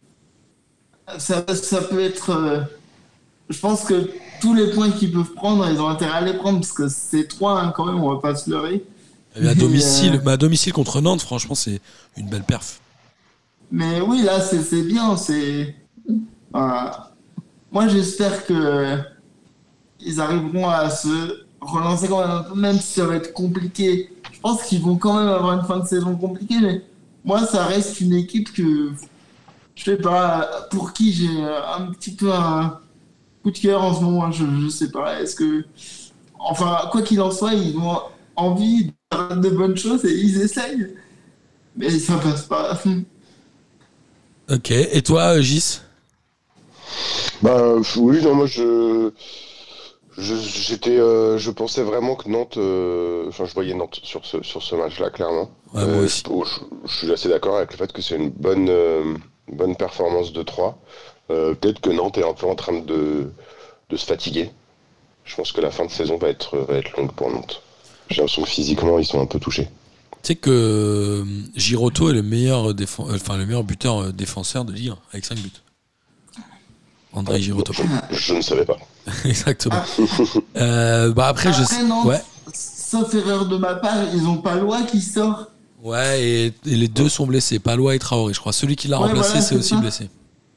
B: ça, ça peut être. euh, je pense que tous les points qu'ils peuvent prendre, ils ont intérêt à les prendre parce que c'est trois, hein, quand même, on va pas se leurrer.
D: Mais à
B: Mais,
D: domicile,
B: euh,
D: bah, à domicile contre Nantes, franchement, c'est une belle perf.
B: Mais oui, là, c'est c'est bien. C'est. Voilà. Moi, j'espère que ils arriveront à se relancer quand même un peu, même si ça va être compliqué. Je pense qu'ils vont quand même avoir une fin de saison compliquée, mais moi, ça reste une équipe que, je sais pas, pour qui j'ai un petit peu un coup de cœur en ce moment. Je, je sais pas. Est-ce que. Enfin, quoi qu'il en soit, ils ont envie de faire de bonnes choses et ils essayent. Mais ça passe pas.
D: Ok, et toi, euh, Gis?
C: Bah oui, non, moi je, je j'étais, euh, je pensais vraiment que Nantes, euh, enfin je voyais Nantes sur ce sur ce match-là clairement.
D: Ouais, moi
C: Euh,
D: aussi.
C: je, je- je suis assez d'accord avec le fait que c'est une bonne euh, bonne performance de trois. Euh, peut-être que Nantes est un peu en train de de se fatiguer. Je pense que la fin de saison va être va être longue pour Nantes. J'ai l'impression que physiquement ils sont un peu touchés.
D: Tu sais que euh, Giroto est le meilleur, défen- euh, enfin, le meilleur buteur euh, défenseur de Ligue un, avec cinq buts. André Giroto.
C: Je, je ne savais pas.
D: Exactement. Euh, bah après, je sais.
B: Après, Nantes,
D: Ouais,
B: sauf erreur de ma part, ils ont pas loi qui sort.
D: ouais et, et les deux sont blessés, Palois et Traoré, je crois. Celui qui l'a
B: Ouais,
D: remplacé,
B: voilà,
D: c'est
B: c'est
D: aussi
B: ça.
D: blessé.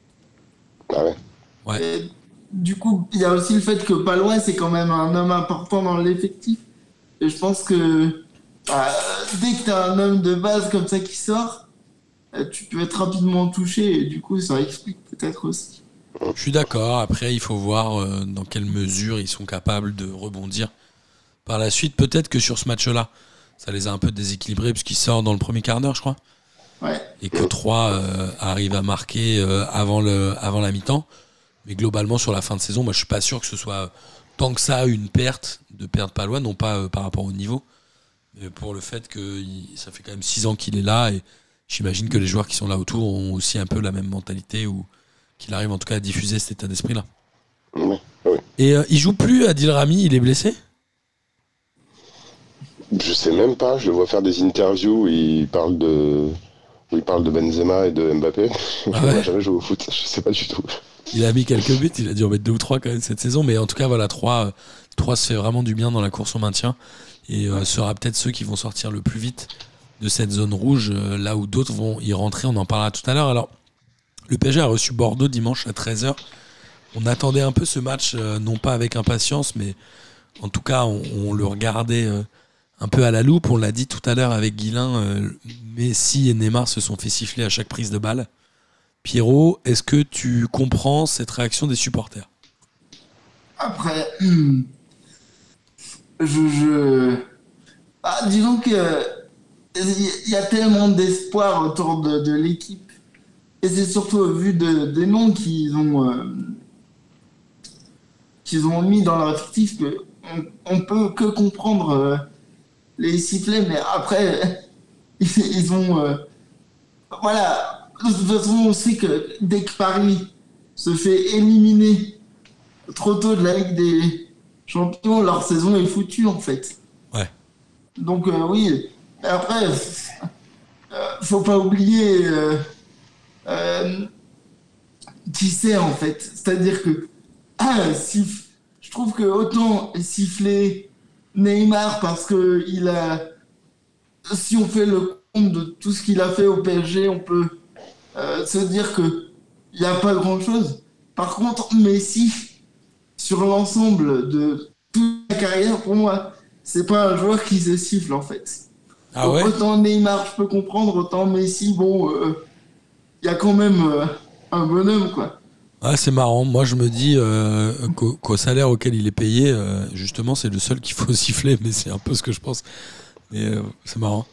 C: Ah ouais.
D: Ouais.
B: Et du coup, il y a aussi le fait que Palois, c'est quand même un homme important dans l'effectif. Et je pense que bah, dès que tu as un homme de base comme ça qui sort, euh, tu peux être rapidement touché. Et du coup, ça explique peut-être aussi.
D: Je suis d'accord. Après, il faut voir euh, dans quelle mesure ils sont capables de rebondir par la suite. Peut-être que sur ce match-là, ça les a un peu déséquilibrés puisqu'ils sortent dans le premier quart d'heure, je crois.
B: Ouais.
D: Et que Troyes euh, arrive à marquer euh, avant, le, avant la mi-temps. Mais globalement, sur la fin de saison, moi, je suis pas sûr que ce soit tant que ça une perte de perdre Palois, non pas euh, par rapport au niveau, mais pour le fait que il- ça fait quand même six ans qu'il est là et j'imagine que les joueurs qui sont là autour ont aussi un peu la même mentalité ou qu'il arrive en tout cas à diffuser cet état d'esprit-là.
C: Ouais, ouais.
D: Et euh, il joue plus, Adil Rami, il est blessé?
C: Je sais même pas, je le vois faire des interviews où il parle de, où il parle de Benzema et de Mbappé. Je
D: Ah
C: ne
D: ouais
C: vois jamais jouer au foot, je sais pas du tout.
D: Il a mis quelques buts, il a dû en mettre deux ou trois quand même cette saison, mais en tout cas, voilà, trois se fait vraiment du bien dans la course au maintien et euh, sera peut-être ceux qui vont sortir le plus vite de cette zone rouge, euh, là où d'autres vont y rentrer, on en parlera tout à l'heure. Alors, le P S G a reçu Bordeaux dimanche à treize heures. On attendait un peu ce match, euh, non pas avec impatience, mais en tout cas, on, on le regardait euh, un peu à la loupe. On l'a dit tout à l'heure avec Guilain, euh, Messi et Neymar se sont fait siffler à chaque prise de balle. Pierrot, est-ce que tu comprends cette réaction des supporters?
B: Après, hmm, je. je... Ah, disons que il y a tellement d'espoir autour de, de l'équipe. Et c'est surtout au vu de, des noms qu'ils ont, euh, qu'ils ont mis dans leur effectif que on, on peut que comprendre euh, les sifflets, mais après, ils, ils ont. euh, voilà. De toute façon, on sait que dès que Paris se fait éliminer trop tôt de la Ligue des, champions, leur saison est foutue en fait.
D: Ouais.
B: Donc euh, oui, après, euh, faut pas oublier euh, euh, qui c'est en fait. C'est-à-dire que ah, si, je trouve que autant siffler Neymar parce que il a, si on fait le compte de tout ce qu'il a fait au P S G, on peut euh, se dire que il n'y a pas grand-chose. Par contre, Messi, sur l'ensemble de toute la carrière, pour moi, c'est pas un joueur qui se siffle en fait.
D: Ah ouais.
B: Autant Neymar, je peux comprendre, autant Messi, bon, il euh, y a quand même euh, un bonhomme, quoi.
D: Ah, c'est marrant. Moi, je me dis euh, qu'au, qu'au salaire auquel il est payé, euh, justement, c'est le seul qu'il faut siffler, mais c'est un peu ce que je pense. Mais euh, c'est marrant.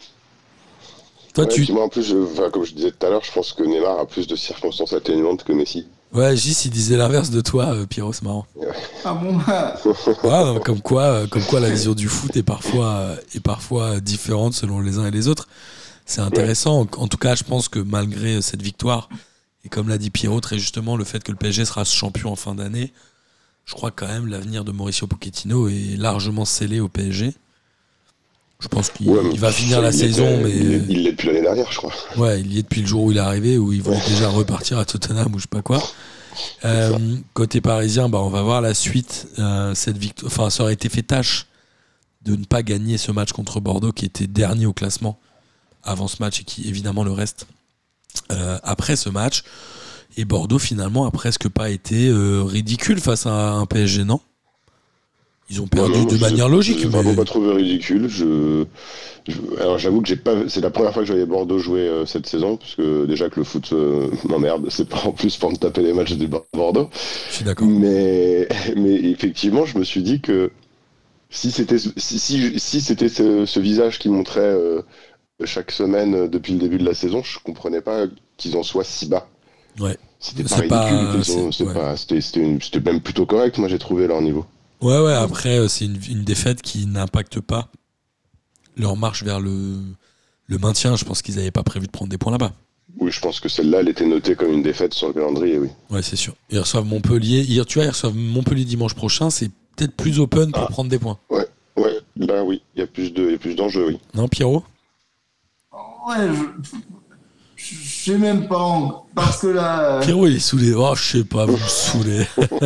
D: Toi,
C: Ouais,
D: tu.
C: puis moi, en plus, je, enfin, comme je disais tout à l'heure, je pense que Neymar a plus de circonstances atténuantes que Messi.
D: Ouais, Gis, il disait l'inverse de toi, euh, Pierrot, c'est marrant.
B: Ah bon, bah,
D: Ouais, non, comme quoi, euh, comme quoi la vision du foot est parfois, euh, est parfois différente selon les uns et les autres. C'est intéressant. En, en tout cas, je pense que malgré cette victoire, et comme l'a dit Pierrot très justement, le fait que le P S G sera champion en fin d'année, je crois que quand même l'avenir de Mauricio Pochettino est largement scellé au P S G. Je pense qu'il
C: Ouais, mais
D: il va finir la
C: il
D: saison,
C: était-
D: mais
C: Il, est- il l'est depuis l'année dernière, je crois.
D: ouais, il y est depuis le jour où il est arrivé, où il voulait déjà repartir à Tottenham ou je sais pas quoi. Euh, côté parisien, bah, on va voir la suite. Euh, cette victoire, enfin, ça aurait été fait tâche de ne pas gagner ce match contre Bordeaux, qui était dernier au classement avant ce match et qui évidemment le reste euh, après ce match. Et Bordeaux finalement a presque pas été euh, ridicule face à un P S G, non ? Ils ont perdu
C: Ouais, non,
D: de
C: je-
D: manière logique,
C: Je
D: mais
C: vraiment pas trouvé ridicule. Je, je- alors j'avoue que j'ai pas. C'est la première fois que je voyais Bordeaux jouer euh, cette saison, parce que déjà que le foot euh, m'emmerde, c'est pas en plus pour me taper les matchs de Bordeaux.
D: je suis d'accord.
C: Mais, mais effectivement, je me suis dit que si c'était si, si, si c'était ce, ce visage qui montrait euh, chaque semaine euh, depuis le début de la saison, je comprenais pas qu'ils en soient si bas.
D: Ouais.
C: C'était pas
D: C'est
C: ridicule.
D: pas-
C: ils ont-
D: c'est-
C: c'était
D: ouais.
C: pas- C'était c'était une- c'était même plutôt correct. Moi, j'ai trouvé leur niveau.
D: Ouais, ouais, après, euh, c'est une, une défaite qui n'impacte pas leur marche vers le, le maintien. Je pense qu'ils n'avaient pas prévu de prendre des points là-bas.
C: Oui, je pense que celle-là, elle était notée comme une défaite sur le calendrier, oui.
D: Ouais, c'est sûr. Ils reçoivent Montpellier. Ils, tu vois, ils reçoivent Montpellier dimanche prochain. C'est peut-être plus open pour
C: Ah.
D: prendre des points.
C: Ouais, là, oui, il y a plus de, il y a plus d'enjeux, oui.
D: Non, Pierrot ?
B: ouais, je, je je sais même pas, en- parce que là, euh,
D: Pierrot, il est saoulé. Oh, je sais pas, vous me saoulez.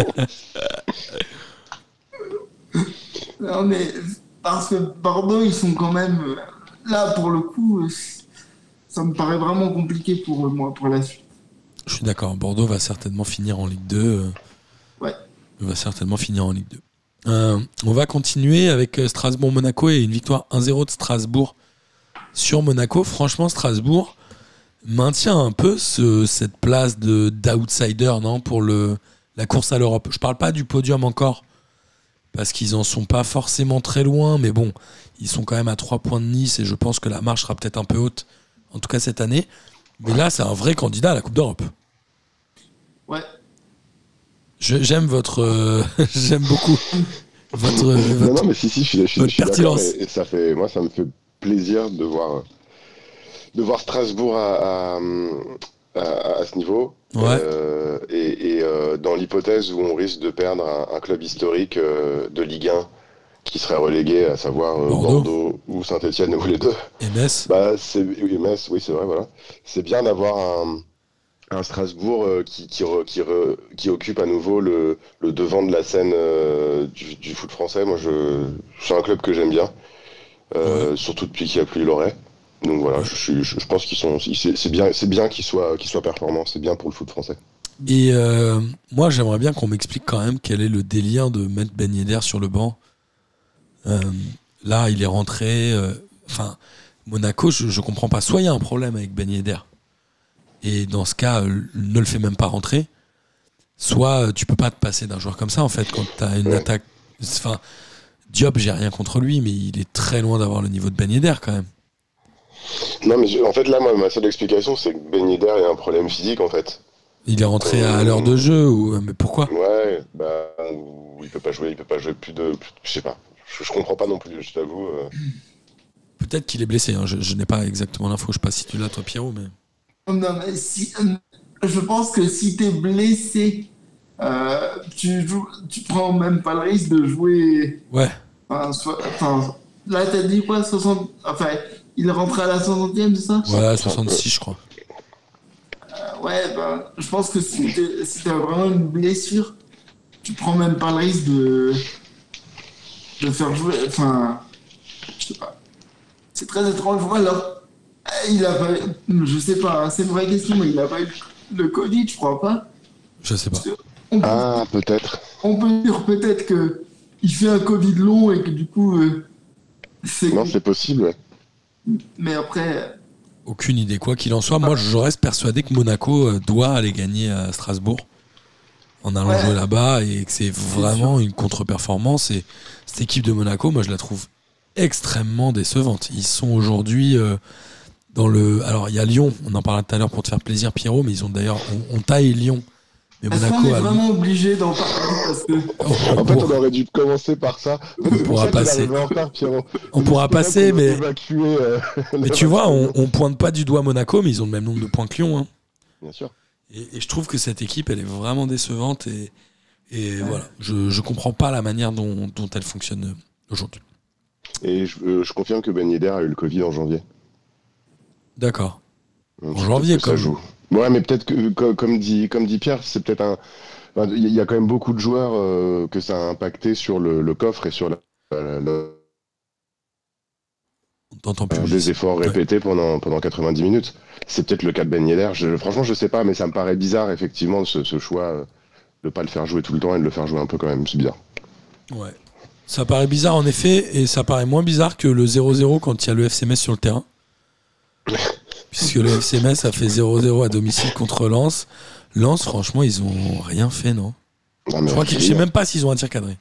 B: non mais, parce que Bordeaux, ils sont quand même, euh, là, pour le coup, euh, ça me paraît vraiment compliqué pour moi, pour la suite.
D: Je suis d'accord. Bordeaux va certainement finir en Ligue deux. euh,
B: Ouais.
D: Va certainement finir en Ligue deux. Euh, on va continuer avec euh, Strasbourg-Monaco et une victoire un zéro de Strasbourg sur Monaco. Franchement, Strasbourg maintient un peu ce- cette place de, d'outsider, non, pour le, la course à l'Europe. Je parle pas du podium encore, parce qu'ils en sont pas forcément très loin, mais bon, ils sont quand même à trois points de Nice et je pense que la marche sera peut-être un peu haute, en tout cas cette année. Mais là, c'est un vrai candidat à la Coupe d'Europe.
B: Ouais.
D: Je- j'aime votre, euh, j'aime beaucoup votre, euh,
C: Non,
D: votre-
C: non, mais si, si, je suis, je suis,
D: votre
C: je suis d'accord.
D: pertinence.
C: Et, et ça fait, moi, ça me fait plaisir de voir, de voir Strasbourg à, à, à- à ce niveau.
D: Ouais.
C: Euh, et et, euh, dans l'hypothèse où on risque de perdre un, un club historique euh, de Ligue un qui serait relégué, à savoir euh,
D: Bordeaux.
C: Bordeaux. ou Saint-Etienne ou les deux,
D: M S.
C: bah, c'est, oui, Metz, oui, c'est vrai, voilà. C'est bien d'avoir un, un Strasbourg euh, qui, qui, re- qui, re- qui occupe à nouveau le, le devant de la scène euh, du, du foot français. Moi, je, c'est un club que j'aime bien, euh, surtout depuis qu'il n'y a plus Loret. Donc voilà, je, suis- je, je pense qu'ils sont, c'est, c'est bien, c'est bien qu'ils soient, qu'ils soient performants. C'est bien pour le foot français.
D: Et euh, moi, j'aimerais bien qu'on m'explique quand même quel est le délire de mettre Ben Yedder sur le banc. Euh, là, il est rentré. euh, Enfin, Monaco, je, je comprends pas. Soit il y a un problème avec Ben Yedder, et dans ce cas, euh, ne le fais même pas rentrer. Soit euh, tu peux pas te passer d'un joueur comme ça, en fait, quand tu as une
C: Ouais.
D: attaque. Enfin, Diop, j'ai rien contre lui, mais il est très loin d'avoir le niveau de Ben Yedder quand même.
C: Non, mais je- en fait, là, moi, ma seule explication, c'est que Ben Yedder a un problème physique, en fait.
D: Il est rentré à l'heure de jeu, ou mais pourquoi ?
C: Ouais, bah, ou il peut pas jouer, il peut pas jouer plus de, plus- je sais pas. Je, je comprends pas non plus, je t'avoue. euh.
D: Peut-être qu'il est blessé, hein. je, je n'ai pas exactement l'info, je sais pas si tu l'as toi Pierrot, mais...
B: Non, mais si, euh, je pense que si t'es blessé Euh, tu, joues, tu prends même pas le risque de jouer.
D: Ouais.
B: Enfin, so- enfin, là, t'as dit quoi soixante. Enfin, il rentrait à la soixantième, c'est ça?
D: Voilà, soixante-six, je crois.
B: Euh, Ouais, ben, je pense que si t'es- si t'as vraiment une blessure, tu prends même pas le risque de, de faire jouer. Enfin, je sais pas. C'est très étrange. Alors, eh, il a pas. Je sais pas, hein, c'est une vraie question, mais il a pas eu le Covid, je crois pas.
D: Je sais pas.
B: Parce que On peut,
C: Ah, peut-être.
B: on peut dire peut-être que il fait un Covid long et que du coup, euh, c'est.
C: Non, c'est possible, ouais.
B: Mais après,
D: Aucune idée. Quoi qu'il en soit, moi, je reste persuadé que Monaco euh, doit aller gagner à Strasbourg en allant
B: Ouais.
D: jouer là-bas et que c'est vraiment une contre-performance. Et cette équipe de Monaco, moi, je la trouve extrêmement décevante. Ils sont aujourd'hui euh, dans le. Alors, il y a Lyon, on en parlait tout à l'heure pour te faire plaisir, Pierrot, mais ils ont d'ailleurs. On, on taille Lyon. Mais
B: est-ce qu'on
D: Monaco
B: est
D: a.
B: vraiment obligé d'en parler parce que.
D: On,
C: En fait,
D: pour-
C: on aurait dû commencer par ça. En fait,
D: On
C: c'est pour
D: pourra
C: ça qu'il
D: passer.
C: arrivait en retard, Pierrot.
D: on pourra
C: C'était là
D: passer,
C: pour
D: mais.
C: évacuer, euh,
D: Mais tu vois, on, on pointe pas du doigt Monaco, mais ils ont le même nombre de points que Lyon. Hein.
C: Bien sûr.
D: Et, et je trouve que cette équipe, elle est vraiment décevante. Et, et voilà, je, je comprends pas la manière dont, dont elle fonctionne euh, aujourd'hui.
C: Et je, euh, je confirme que Ben Yedder a eu le Covid en janvier.
D: D'accord.
C: Donc,
D: En
C: c'est
D: janvier,
C: peut-être que ça
D: comme-
C: joue. Ouais, mais peut-être que, co- comme dit, comme dit Pierre, c'est peut-être un. enfin, Il y a quand même beaucoup de joueurs euh, que ça a impacté sur le, le coffre et sur la, la- la-
D: On t'entend plus.
C: des efforts
D: Ouais.
C: répétés pendant, pendant quatre-vingt-dix minutes. C'est peut-être le cas de Ben Yedder. Je, franchement, je sais pas, mais ça me paraît bizarre, effectivement, ce, ce choix euh, de pas le faire jouer tout le temps et de le faire jouer un peu quand même. C'est bizarre.
D: Ouais. Ça paraît bizarre en effet, et ça paraît moins bizarre que le zéro zéro quand il y a le F C Metz sur le terrain. Puisque le F C Metz a fait zéro zéro à domicile contre Lens. Lens, franchement, ils ont rien fait, non?
C: Ah, mais
D: Je crois que je sais même pas s'ils ont un tir cadré.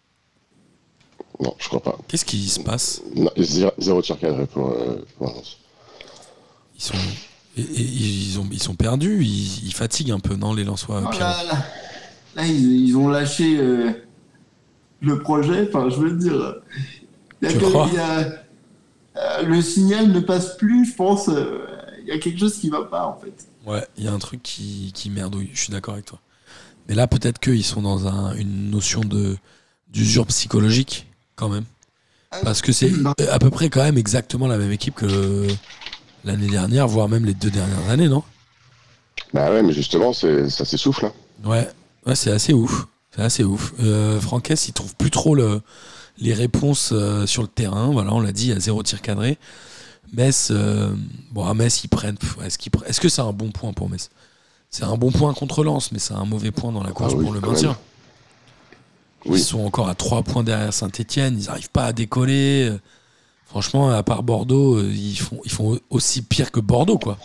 C: Non, je crois pas.
D: Qu'est-ce qui se passe?
C: Non, zéro, zéro tir cadré pour, euh, pour Lens.
D: Ils sont, et- et- ils ont, ils sont perdus, ils, ils fatiguent un peu, non, les Lensois,
B: Oh,
D: Pierrot?
B: là, là, là, ils, ils ont lâché euh, le projet. Enfin, je veux dire, il y a
D: Tu
B: que-
D: crois
B: il y a, euh, le signal ne passe plus. Je pense, euh, il y a quelque chose qui va pas en fait.
D: Ouais, il y a un truc qui, qui merdouille, je suis d'accord avec toi. Mais là, peut-être qu'ils sont dans un- une notion de d'usure psychologique, quand même. Parce que c'est
B: Non.
D: à peu près quand même exactement la même équipe que l'année dernière, voire même les deux dernières années, non?
C: Bah ouais, mais justement, c'est, ça s'essouffle. Hein.
D: Ouais, ouais, c'est assez ouf. C'est assez ouf. Euh, Franquès, il trouve plus trop le, les réponses euh, sur le terrain. Voilà, on l'a dit, il y a zéro tir cadré. Metz, euh, bon, à Metz, ils prennent. pff, Est-ce, qu'ils pre- est-ce que c'est un bon point pour Metz? C'est un bon point contre Lens, mais c'est un mauvais point dans la course
C: Ah oui,
D: pour le
C: quand
D: maintien.
C: même.
D: Ils
C: Oui.
D: sont encore à trois points derrière Saint-Etienne, ils n'arrivent pas à décoller. Euh, Franchement, à part Bordeaux, euh, ils font, ils font aussi pire que Bordeaux, quoi.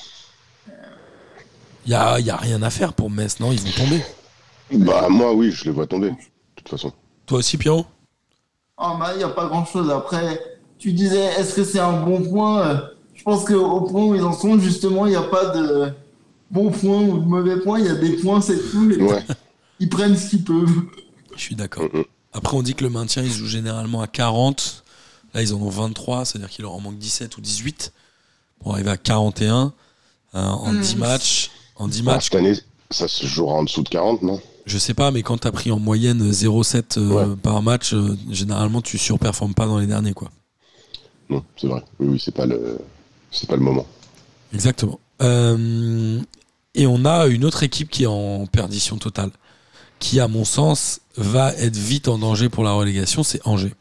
D: Il n'y a, y a rien à faire pour Metz, non? Ils vont tomber.
C: Bah moi, oui, je les vois tomber, de toute façon.
D: Toi aussi, Pierrot?
B: Oh, bah, il n'y a pas grand chose. Après, tu disais, est-ce que c'est un bon point? Euh, Je pense qu'au point où ils en sont, justement, il n'y a pas de bon point ou de mauvais point. Il y a des points, c'est tout. Et
C: Ouais.
B: Ils prennent ce qu'ils peuvent.
D: Je suis d'accord.
C: Mm, mm.
D: Après, on dit que le maintien, il se joue généralement à quarante. Là, ils en ont vingt-trois, c'est-à-dire qu'il leur en manque dix-sept ou dix-huit pour arriver à quarante et un euh, en
B: Mm.
D: dix matchs. En dix
C: Bah,
D: matchs,
C: cette année, ça se jouera en dessous de quarante, non?
D: je sais pas, mais quand tu as pris en moyenne zéro virgule sept euh,
C: Ouais.
D: par match, euh, généralement, tu surperformes pas dans les derniers, quoi.
C: Non, c'est vrai. Oui, oui, c'est pas le, c'est pas le moment.
D: Exactement. Euh, et on a une autre équipe qui est en perdition totale, qui, à mon sens, va être vite en danger pour la relégation, c'est Angers.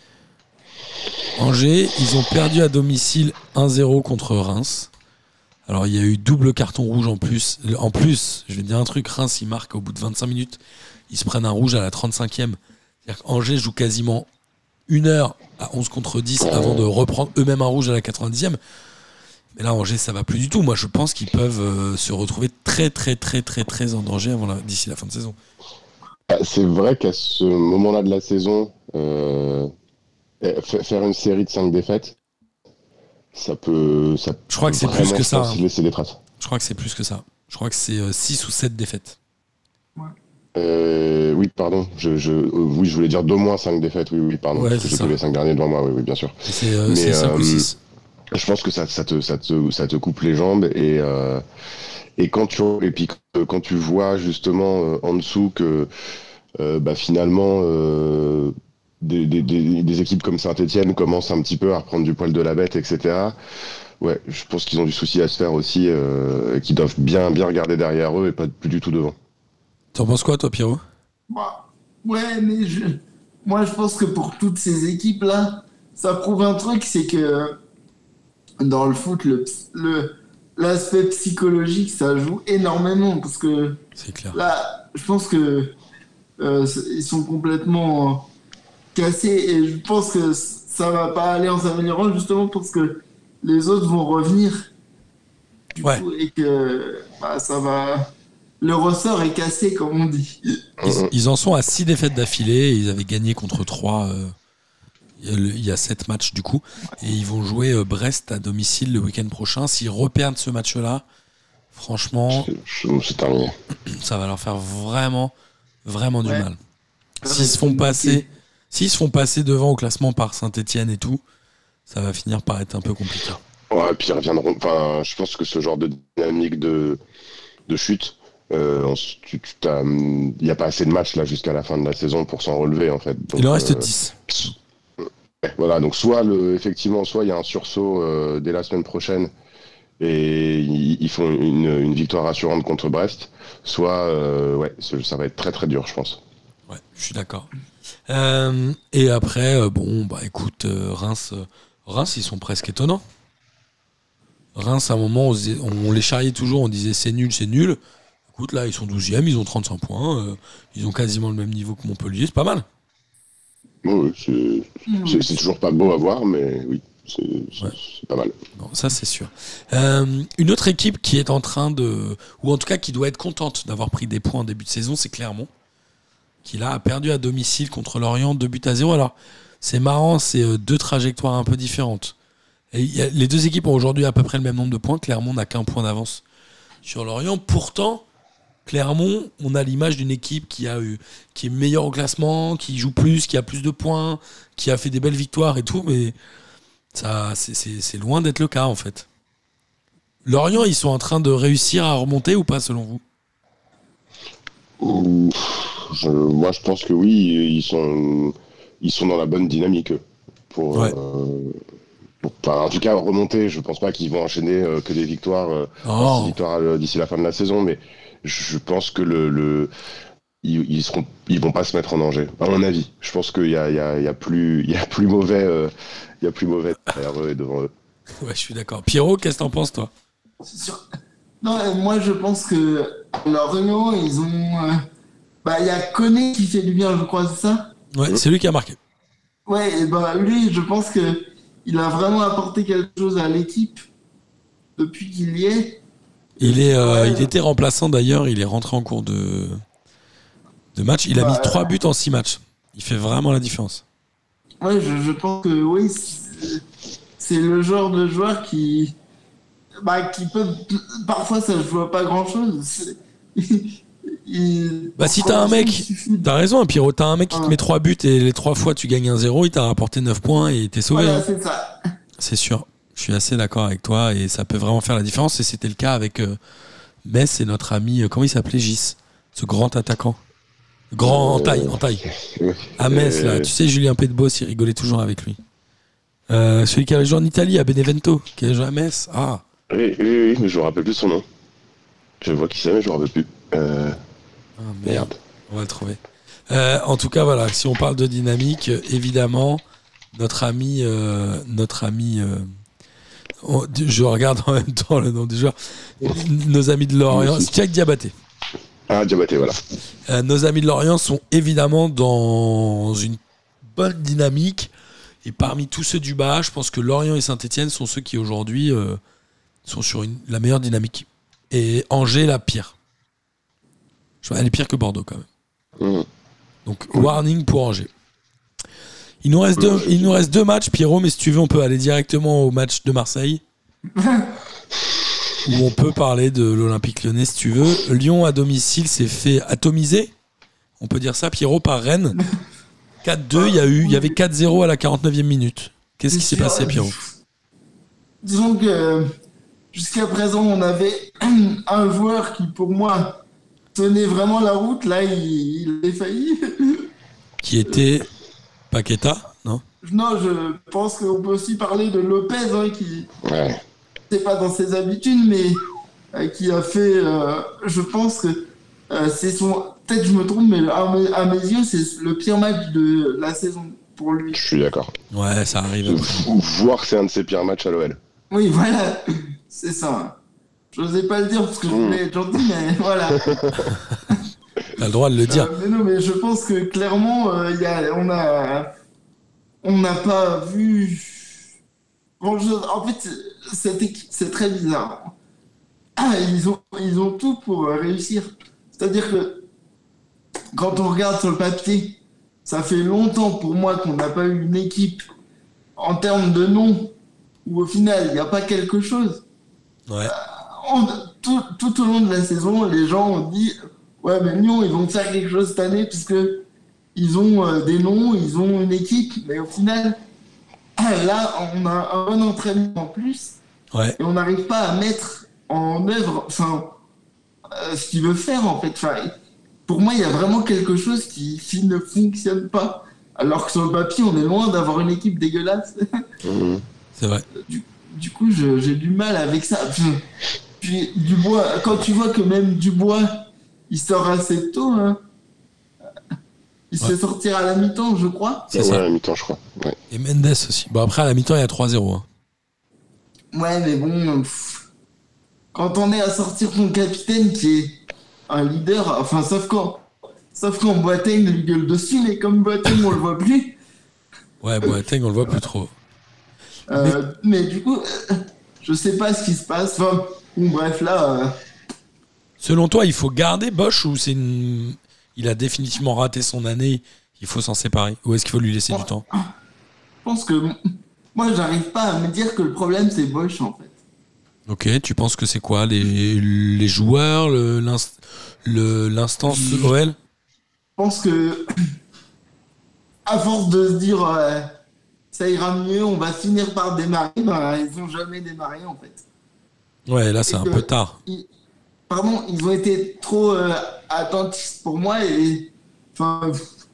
D: Angers, ils ont perdu à domicile un zéro contre Reims. Alors, il y a eu double carton rouge en plus. En plus, je vais te dire un truc, Reims, ils marquent au bout de vingt-cinq minutes. Ils se prennent un rouge à la trente-cinquième. C'est-à-dire qu'Angers joue quasiment une heure à onze contre dix avant de reprendre eux-mêmes un rouge à la quatre-vingt-dixième. Mais là, Angers, ça va plus du tout. Moi, je pense qu'ils peuvent euh, se retrouver très, très, très, très, très en danger avant la- d'ici la fin de saison.
C: Ah, c'est vrai qu'à ce moment-là de la saison, euh, eh, fa- faire une série de cinq défaites, ça peut, ça
D: Je crois que c'est
C: peut
D: plus
C: vraiment,
D: que
C: je
D: ça,
C: pense,
D: hein.
C: laisser des traces.
D: Je crois que c'est plus que ça. Je crois que c'est six ou sept défaites.
C: Euh, oui, pardon. Je, je, euh, oui, je voulais dire d'au moins cinq défaites. Oui, oui, pardon.
D: Ouais,
C: parce que
D: c'est
C: j'ai
D: ça.
C: plus les cinq derniers devant moi. Oui, oui, bien sûr.
D: Et C'est euh,
C: Mais,
D: c'est cinq ou
C: euh,
D: six.
C: Je pense que ça, ça, te, ça, te, ça te coupe les jambes et, euh, et quand tu et puis euh, quand tu vois justement euh, en dessous que euh, bah, finalement euh, des, des, des, des équipes comme Saint-Etienne commencent un petit peu à reprendre du poil de la bête, et cetera. Ouais, je pense qu'ils ont du souci à se faire aussi, euh, qu'ils doivent bien bien regarder derrière eux et pas plus du tout devant.
D: T'en penses quoi, toi, Pierrot?
B: Bah, ouais, mais je... moi, je pense que pour toutes ces équipes-là, ça prouve un truc, c'est que dans le foot, le, le, l'aspect psychologique, ça joue énormément. Parce que
D: C'est clair.
B: là, je pense que euh, ils sont complètement euh, cassés et je pense que ça va pas aller en s'améliorant justement parce que les autres vont revenir du
D: Ouais.
B: coup, et que bah, ça va. Le ressort est cassé, comme on dit.
D: Ils, ils en sont à six défaites d'affilée. Ils avaient gagné contre trois euh, il y a sept matchs du coup. Et ils vont jouer euh, Brest à domicile le week-end prochain. S'ils reperdent ce match-là, franchement,
C: C'est, c'est terminé.
D: ça va leur faire vraiment, vraiment du
B: Ouais.
D: mal. S'ils se font passer, s'ils se font passer devant au classement par Saint-Etienne et tout, ça va finir par être un peu compliqué.
C: Ouais, puis ils reviendront. Enfin, je pense que ce genre de dynamique de, de chute, euh, on s- tu, tu t'as- il n'y a pas assez de matchs là jusqu'à la fin de la saison pour s'en relever en fait. Donc,
D: Il en reste
C: euh,
D: dix.
C: ouais, voilà, donc soit le, effectivement, soit il y a un sursaut euh, dès la semaine prochaine et ils, ils font une, une victoire rassurante contre Brest, soit euh, ouais, ça ça va être très très dur, je pense.
D: Ouais, je suis d'accord. Euh, et après, euh, bon, bah écoute, euh, Reims, euh, Reims, ils sont presque étonnants. Reims, à un moment, on, faisait- on les charriait toujours, on disait c'est nul, c'est nul. Écoute, là, ils sont douzième, ils ont trente-cinq points, euh, ils ont quasiment le même niveau que Montpellier, c'est pas mal.
C: Ouais, ouais, c'est, c'est, c'est toujours pas beau à voir, mais oui, c'est, c'est,
D: Ouais.
C: c'est pas mal.
D: Bon, ça, c'est sûr. Euh, une autre équipe qui est en train de. Ou en tout cas qui doit être contente d'avoir pris des points en début de saison, c'est Clermont, qui là a perdu à domicile contre Lorient, deux buts à zéro. Alors, c'est marrant, c'est euh, deux trajectoires un peu différentes. Et il y a- les deux équipes ont aujourd'hui à peu près le même nombre de points. Clermont n'a qu'un point d'avance sur Lorient. Pourtant, Clermont, on a l'image d'une équipe qui a eu, qui est meilleure au classement, qui joue plus, qui a plus de points, qui a fait des belles victoires et tout, mais ça, c'est, c'est- c'est loin d'être le cas en fait. Lorient, ils sont en train de réussir à remonter ou pas selon vous?
C: Ouh, je- moi, je pense que oui, ils sont, ils sont dans la bonne dynamique eux, pour,
D: Ouais.
C: euh, pour- enfin, en tout cas, remonter. Je pense pas qu'ils vont enchaîner euh, que des victoires, euh,
D: Oh.
C: six victoires euh, d'ici la fin de la saison, mais je pense que le, le ils, ils seront, ils vont pas se mettre en danger. À mon avis, je pense qu'il y a, il y a, il y a plus, il y a plus mauvais, euh, il y a plus mauvais derrière eux et devant eux.
D: Ouais, je suis d'accord. Pierrot, qu'est-ce que t'en penses toi?
B: C'est sûr. Non, euh, moi je pense que Lorient, ils ont. euh, Bah, il y a Koné qui fait du bien, je crois, c'est ça?
D: Ouais, c'est lui qui a marqué.
B: Ouais, et bah lui, je pense que il a vraiment apporté quelque chose à l'équipe depuis qu'il y est.
D: Il, est, euh,
B: Ouais.
D: il était remplaçant d'ailleurs, il est rentré en cours de, de match. Il a
B: Bah,
D: mis trois buts en six matchs. Il fait vraiment la différence.
B: Ouais, je, je pense que oui, c'est c'est le genre de joueur qui. Bah, qui peut. Parfois, ça ne joue à pas grand chose. Il...
D: Bah, si t'as un mec,
B: il suffit de-
D: t'as raison, hein, Pierrot, t'as un mec qui te
B: Ah.
D: met trois buts et les trois fois tu gagnes un zéro, il t'a rapporté neuf points et t'es sauvé.
B: Voilà,
D: hein.
B: c'est ça.
D: C'est sûr. Je suis assez d'accord avec toi et ça peut vraiment faire la différence. Et c'était le cas avec euh, Metz et notre ami, euh, comment il s'appelait, Gis? Ce grand attaquant. Grand en taille, en taille. À Metz, là.
C: Euh,
D: Tu sais, Julien Pedbos, il rigolait toujours avec lui. Euh, celui qui avait joué en Italie, à Benevento, qui avait joué à Metz. Ah,
C: Oui, oui, oui, mais je me rappelle plus son nom. Je vois qui c'est, mais je me rappelle plus. Euh,
D: ah, merde.
C: merde.
D: On va le trouver. Euh, en tout cas, voilà, si on parle de dynamique, euh, évidemment, notre ami, euh, notre ami, euh, on- je regarde en même temps le nom du joueur, nos amis de Lorient, Stiak Diabaté.
C: Ah, Diabaté, voilà.
D: Euh, nos amis de Lorient sont évidemment dans une bonne dynamique. Et parmi tous ceux du bas, je pense que Lorient et Saint-Etienne sont ceux qui aujourd'hui euh, sont sur une- la meilleure dynamique. Et Angers, la pire. Je vois, elle est pire que Bordeaux quand même.
C: Mmh.
D: Donc, warning pour Angers. Il nous reste deux, il nous reste deux matchs, Pierrot, mais si tu veux, on peut aller directement au match de Marseille. Où on peut parler de l'Olympique Lyonnais si tu veux. Lyon à domicile s'est fait atomiser, on peut dire ça, Pierrot, par Rennes. quatre deux, il y, a eu, il y avait quatre zéro à la quarante-neuvième minute. Qu'est-ce qui s'est
B: C'est
D: passé,
B: sûr.
D: Pierrot?
B: Disons que euh, jusqu'à présent, on avait un joueur qui, pour moi, tenait vraiment la route. Là, il, il est failli.
D: Qui était Paqueta, non?
B: Non, je pense qu'on peut aussi parler de Lopez, hein, qui
C: Ouais.
B: c'est pas dans ses habitudes, mais euh, qui a fait, euh, je pense que euh, c'est son, peut-être je me trompe, mais à mes, à mes yeux, c'est le pire match de la saison pour lui.
C: Je suis d'accord.
D: Ouais, ça arrive.
C: Voir que c'est un de ses pires matchs à l'O L.
B: Oui, voilà, c'est ça. Je n'osais pas le dire parce que je voulais être gentil, mais voilà.
D: T'as le droit de le dire.
B: Euh, mais non, mais je pense que clairement, euh, y a, on a, on n'a pas vu. Bon, je- en fait, cette équipe, c'est très bizarre. Ah, ils ont, ils ont tout pour euh, réussir. C'est-à-dire que quand on regarde sur le papier, ça fait longtemps pour moi qu'on n'a pas eu une équipe en termes de nom où au final il n'y a pas quelque chose.
D: Ouais.
B: On- tout, tout au long de la saison, les gens ont dit ouais, mais Lyon, ils vont faire quelque chose cette année puisque ils ont euh, des noms, ils ont une équipe, mais au final, ah, là, on a un bon entraînement en plus
D: Ouais.
B: et on n'arrive pas à mettre en œuvre, enfin, euh, ce qu'il veut faire en fait. Enfin, pour moi, il y a vraiment quelque chose qui, qui ne fonctionne pas. Alors que sur le papier, on est loin d'avoir une équipe dégueulasse.
C: Mhm.
D: C'est vrai.
B: Du, du coup, je- j'ai du mal avec ça. Puis, puis, Dubois, quand tu vois que même Dubois, il sort assez tôt, hein. Il se
D: Ouais.
B: fait sortir à la mi-temps, je crois.
D: C'est
C: Ouais,
D: ça.
C: à la mi-temps, je crois. Ouais.
D: Et Mendes aussi. Bon, après, à la mi-temps, il y a trois zéro. Hein.
B: Ouais, mais bon, pff, quand on est à sortir ton capitaine qui est un leader, enfin, sauf quand, sauf quand Boateng lui gueule dessus, mais comme Boateng, on le voit plus.
D: Ouais, Boateng, on le voit plus trop.
B: Euh, mais... du coup, euh, je sais pas ce qui se passe. Enfin, bon, bref, là, euh,
D: Selon toi, il faut garder Bosch ou c'est une... il a définitivement raté son année, il faut s'en séparer? Ou est-ce qu'il faut lui laisser
B: Ouais.
D: du temps?
B: je pense que moi, j'arrive pas à me dire que le problème, c'est Bosch, en fait.
D: Ok, tu penses que c'est quoi? Les, les joueurs, le- l'inst- le- l'instance O L?
B: Je pense que, à force de se dire euh, ça ira mieux, on va finir par démarrer, ben, ils ont jamais démarré, en fait.
D: Ouais, là, c'est
B: Et
D: un
B: que-
D: peu tard.
B: Ils- Pardon, ils ont été trop euh, attentifs pour moi et enfin,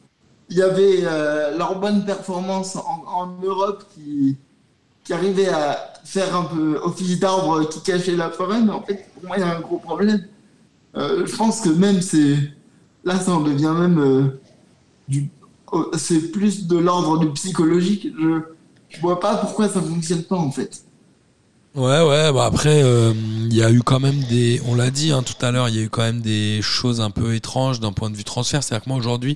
B: il y avait euh, leur bonne performance en, en Europe qui, qui arrivait à faire un peu office d'arbre qui cachait la forêt, mais en fait, pour moi, il y a un gros problème. Euh, je pense que même c'est. Là, ça en devient même. euh, du... oh, c'est plus de l'ordre du psychologique. Je... je vois pas pourquoi ça fonctionne pas, en fait.
D: Ouais, ouais, bah après, euh, il y a eu quand même des. On l'a dit hein, tout à l'heure, il y a eu quand même des choses un peu étranges d'un point de vue transfert. C'est-à-dire que moi, aujourd'hui,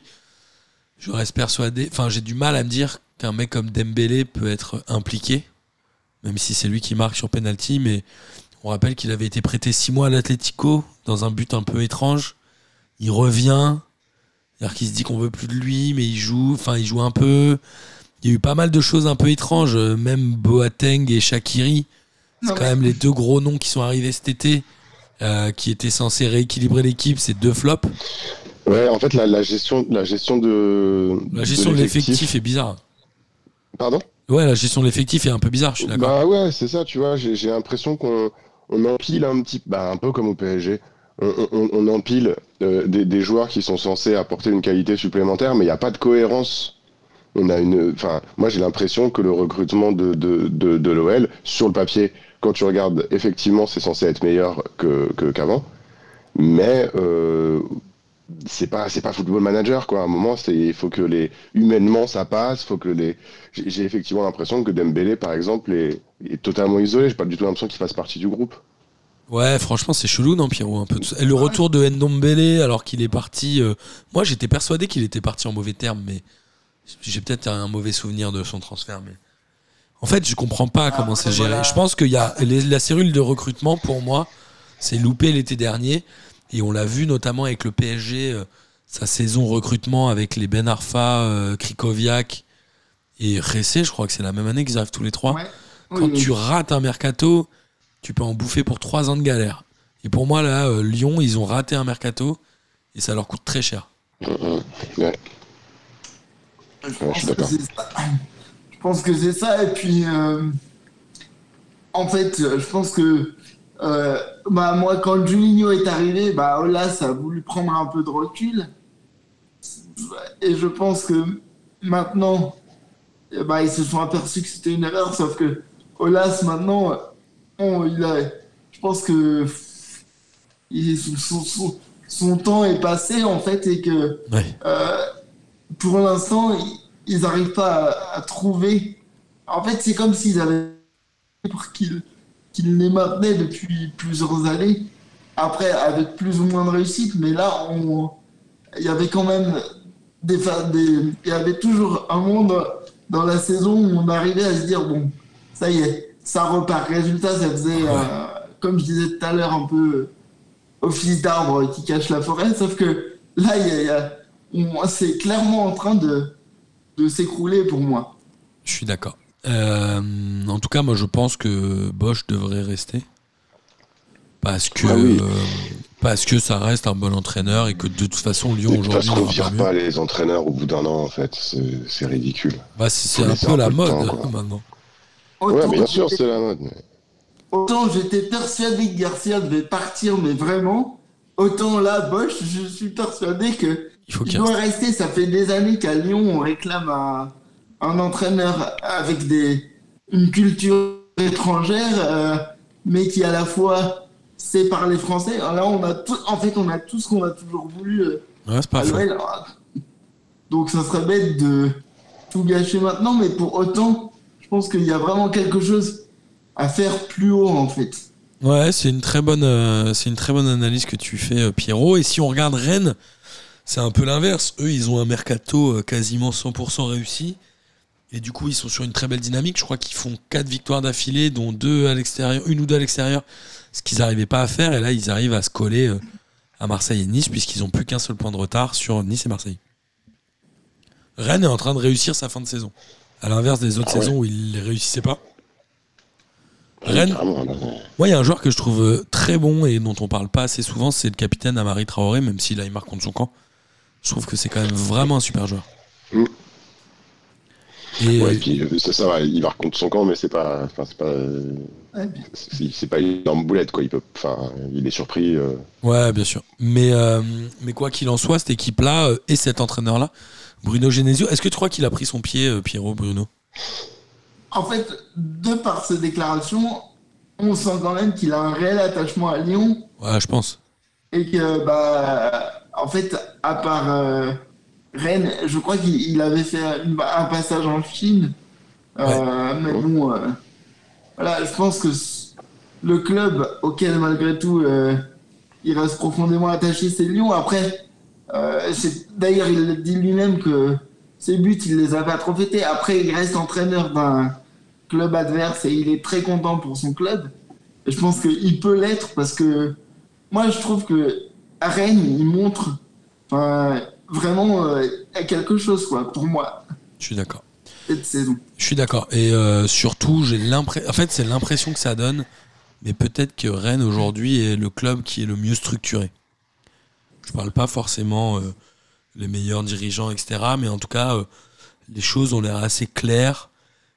D: je reste persuadé. Enfin, j'ai du mal à me dire qu'un mec comme Dembélé peut être impliqué, même si c'est lui qui marque sur penalty. Mais on rappelle qu'il avait été prêté six mois à l'Atlético dans un but un peu étrange. Il revient. C'est-à-dire qu'il se dit qu'on veut plus de lui, mais il joue. Enfin, il joue un peu. Il y a eu pas mal de choses un peu étranges. Même Boateng et Shaqiri. C'est
B: Non,
D: quand
B: mais-
D: même les deux gros noms qui sont arrivés cet été, euh, qui étaient censés rééquilibrer l'équipe, c'est deux flops.
C: Ouais, en fait, la, la gestion, la gestion de.
D: La gestion de l'effectif est bizarre.
C: Pardon?
D: Ouais, la gestion de l'effectif est un peu bizarre, je suis d'accord.
C: Bah ouais, c'est ça, tu vois. J'ai j'ai l'impression qu'on on empile un petit. Bah, un peu comme au P S G. On, on, on empile euh, des, des joueurs qui sont censés apporter une qualité supplémentaire, mais il n'y a pas de cohérence. On a une. Enfin, moi, j'ai l'impression que le recrutement de, de, de, de l'O L, sur le papier, quand tu regardes, effectivement, c'est censé être meilleur que, que, qu'avant. Mais euh, c'est pas c'est pas Football Manager, quoi. À un moment, c'est il faut que les humainement ça passe, faut que les. J'ai j'ai effectivement l'impression que Dembélé, par exemple, est, est totalement isolé. J'ai pas du tout l'impression qu'il fasse partie du groupe.
D: Ouais, franchement, c'est chelou, non, Pierrot un peu tout ça. Et le retour de Ndombele, alors qu'il est parti. euh, Moi, j'étais persuadé qu'il était parti en mauvais termes, mais j'ai peut-être un mauvais souvenir de son transfert. Mais en fait, je comprends pas comment
B: Après,
D: c'est géré.
B: voilà.
D: Je pense qu'il y a les- la cellule de recrutement, pour moi, c'est loupé l'été dernier. Et on l'a vu notamment avec le P S G, euh, sa saison recrutement avec les Ben Arfa, euh, Krikoviak et Ressé. Je crois que c'est la même année qu'ils arrivent tous les trois.
B: Ouais.
D: Quand
B: Oui, oui.
D: tu rates un mercato, tu peux en bouffer pour trois ans de galère. Et pour moi, là, euh, Lyon, ils ont raté un mercato et ça leur coûte très cher.
C: Mmh, mmh. Ouais.
B: Je
C: Ouais, je suis
B: pense que
C: d'accord.
B: c'est ça. Je pense que c'est ça. Et puis, euh, en fait, je pense que Euh, bah, moi, quand Juninho est arrivé, bah, Olas a voulu prendre un peu de recul. Et je pense que maintenant, eh bah, ils se sont aperçus que c'était une erreur. Sauf que Olas, maintenant, on, il a, je pense que il- son, son- son temps est passé, en fait, et que
D: Ouais.
B: euh, pour l'instant, ils n'arrivent pas à, à trouver. En fait, c'est comme s'ils avaient pour qu'ils qu'ils les maintenaient depuis plusieurs années. Après, avec plus ou moins de réussite, mais là, on, il y avait quand même des, fa- des, il y avait toujours un monde dans la saison où on arrivait à se dire bon, ça y est, ça repart. Résultat, ça faisait,
D: Ouais.
B: euh, comme je disais tout à l'heure, un peu office d'arbre qui cache la forêt. Sauf que là, il y a, il y a- on- c'est clairement en train de, de s'écrouler pour moi.
D: Je suis d'accord. Euh, en tout cas, moi, je pense que Bosch devrait rester. Parce que,
C: Ah oui.
D: euh, parce que ça reste un bon entraîneur et que de toute façon, Lyon
C: De toute
D: aujourd'hui
C: façon, on
D: n'aura
C: vire
D: pas mieux.
C: pas les entraîneurs au bout d'un an, en fait. C'est c'est ridicule.
D: Bah, c'est
C: Faut
D: c'est un
C: laisser
D: peu
C: un
D: la
C: peu de
D: mode
C: temps, quoi.
D: maintenant.
C: Ouais,
B: Autant
C: bien sûr,
B: j'étais-
C: c'est la mode. mais-
B: Autant j'étais persuadé que Garcia devait partir, mais vraiment, autant là, Bosch, je suis persuadé que
D: Il faut
B: il
D: qu'il
B: doit
D: reste.
B: rester. Ça fait des années qu'à Lyon, on réclame un, un entraîneur avec des, une culture étrangère, euh, mais qui à la fois sait parler français. Alors là, on a tout, en fait, on a tout ce qu'on a toujours voulu euh,
D: Ouais, c'est pas
B: à
D: faux.
B: l'O L. Donc ça serait bête de tout gâcher maintenant, mais pour autant, je pense qu'il y a vraiment quelque chose à faire plus haut, en fait.
D: Ouais, c'est une très bonne, euh, c'est une très bonne analyse que tu fais, euh, Pierrot. Et si on regarde Rennes, c'est un peu l'inverse. Eux, ils ont un mercato euh, quasiment cent pour cent réussi. Et du coup, ils sont sur une très belle dynamique. Je crois qu'ils font quatre victoires d'affilée, dont deux à l'extérieur, une ou deux à l'extérieur, ce qu'ils n'arrivaient pas à faire. Et là, ils arrivent à se coller euh, à Marseille et Nice, puisqu'ils n'ont plus qu'un seul point de retard sur Nice et Marseille. Rennes est en train de réussir sa fin de saison. À l'inverse des autres
C: Ah ouais.
D: saisons où ils ne les réussissaient pas.
C: Oui,
D: Rennes,
C: carrément, là, mais-
D: moi, il y a un joueur que je trouve euh, très bon et dont on parle pas assez souvent, c'est le capitaine Amari Traoré, même s'il a il marque contre son camp. Je trouve que c'est quand même vraiment un super joueur.
C: Mm.
D: Et
C: Ouais,
D: euh,
C: et puis euh, ça, ça va, il va contre son camp, mais c'est pas, enfin c'est pas, euh,
B: Ouais, bien.
C: c'est c'est pas une énorme boulette quoi. Il peut, enfin, il est surpris. euh.
D: ouais, bien sûr. Mais, euh, mais quoi qu'il en soit, cette équipe-là euh, et cet entraîneur-là, Bruno Genesio, est-ce que tu crois qu'il a pris son pied, euh, Pierrot, Bruno?
B: En fait, de par ses déclarations, on sent quand même qu'il a un réel attachement à Lyon
D: Ouais, je pense.
B: et que, bah, en fait, à part euh, Rennes, je crois qu'il il avait fait une- un passage en Chine. Euh, Mais bon, euh, voilà, je pense que c- le club auquel, malgré tout, euh, il reste profondément attaché, c'est Lyon. Après, euh, c'est- d'ailleurs, il le dit lui-même que ses buts, il les a pas trop fêtés. Après, il reste entraîneur d'un club adverse et il est très content pour son club. Et je pense qu'il peut l'être parce que moi, je trouve que à Rennes, il montre enfin, vraiment euh, quelque chose, quoi, pour moi,
D: Je suis d'accord.
B: cette saison.
D: Je suis d'accord. Et euh, surtout, j'ai l'impression. En fait, c'est l'impression que ça donne. Mais peut-être que Rennes aujourd'hui est le club qui est le mieux structuré. Je parle pas forcément euh, les meilleurs dirigeants, et cetera. Mais en tout cas, euh, les choses ont l'air assez claires.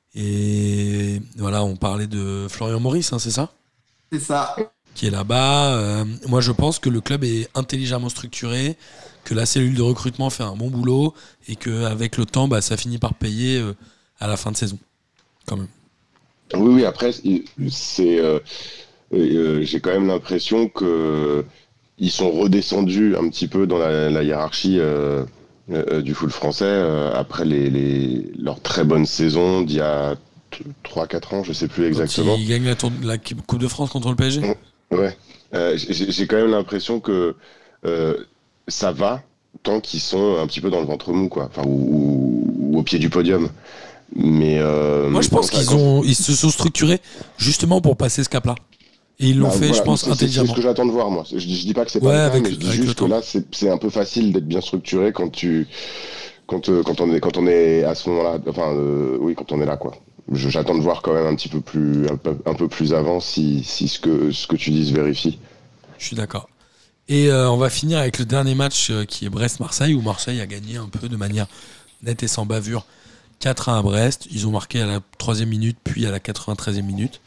D: Et voilà, on parlait de Florian Maurice, hein, c'est ça?
B: C'est ça.
D: Qui est là-bas. Euh, moi, je pense que le club est intelligemment structuré, que la cellule de recrutement fait un bon boulot et qu'avec le temps, bah, ça finit par payer euh, à la fin de saison. Quand même.
C: Oui, oui. Après, c'est, euh, euh, j'ai quand même l'impression que ils sont redescendus un petit peu dans la, la hiérarchie euh, euh, du foot français euh, après les, les, leur très bonne saison d'il y a trois quatre ans, je sais plus exactement.
D: Quand il gagne la, tour- la Coupe de France contre le P S G.
C: Ouais. Euh, j'ai j'ai quand même l'impression que euh, ça va tant qu'ils sont un petit peu dans le ventre mou, quoi. Enfin, ou, ou au pied du podium. Mais euh,
D: Moi, je pense
C: enfin,
D: qu'ils
C: quand-
D: ont, ils se sont structurés justement pour passer ce cap-là. Et ils l'ont
C: Bah,
D: fait,
C: voilà,
D: je pense,
C: c'est- c'est- C'est
D: intelligemment.
C: ce que j'attends de voir, moi. Je, dis- je dis pas que c'est pas
D: Ouais,
C: le cas,
D: avec-
C: mais je dis
D: avec le
C: juste que
D: temps.
C: là, c'est c'est un peu facile d'être bien structuré quand tu, quand, euh, quand on est, quand on est à ce moment-là. Enfin, euh, oui, quand on est là, quoi. Je- J'attends de voir quand même un petit peu plus, un peu, un peu plus avant si, si ce que, ce que tu dis se vérifie.
D: Je suis d'accord. Et euh, on va finir avec le dernier match euh, qui est Brest-Marseille, où Marseille a gagné un peu de manière nette et sans bavure quatre à un à Brest. Ils ont marqué à la troisième minute, puis à la quatre-vingt-treizième minute.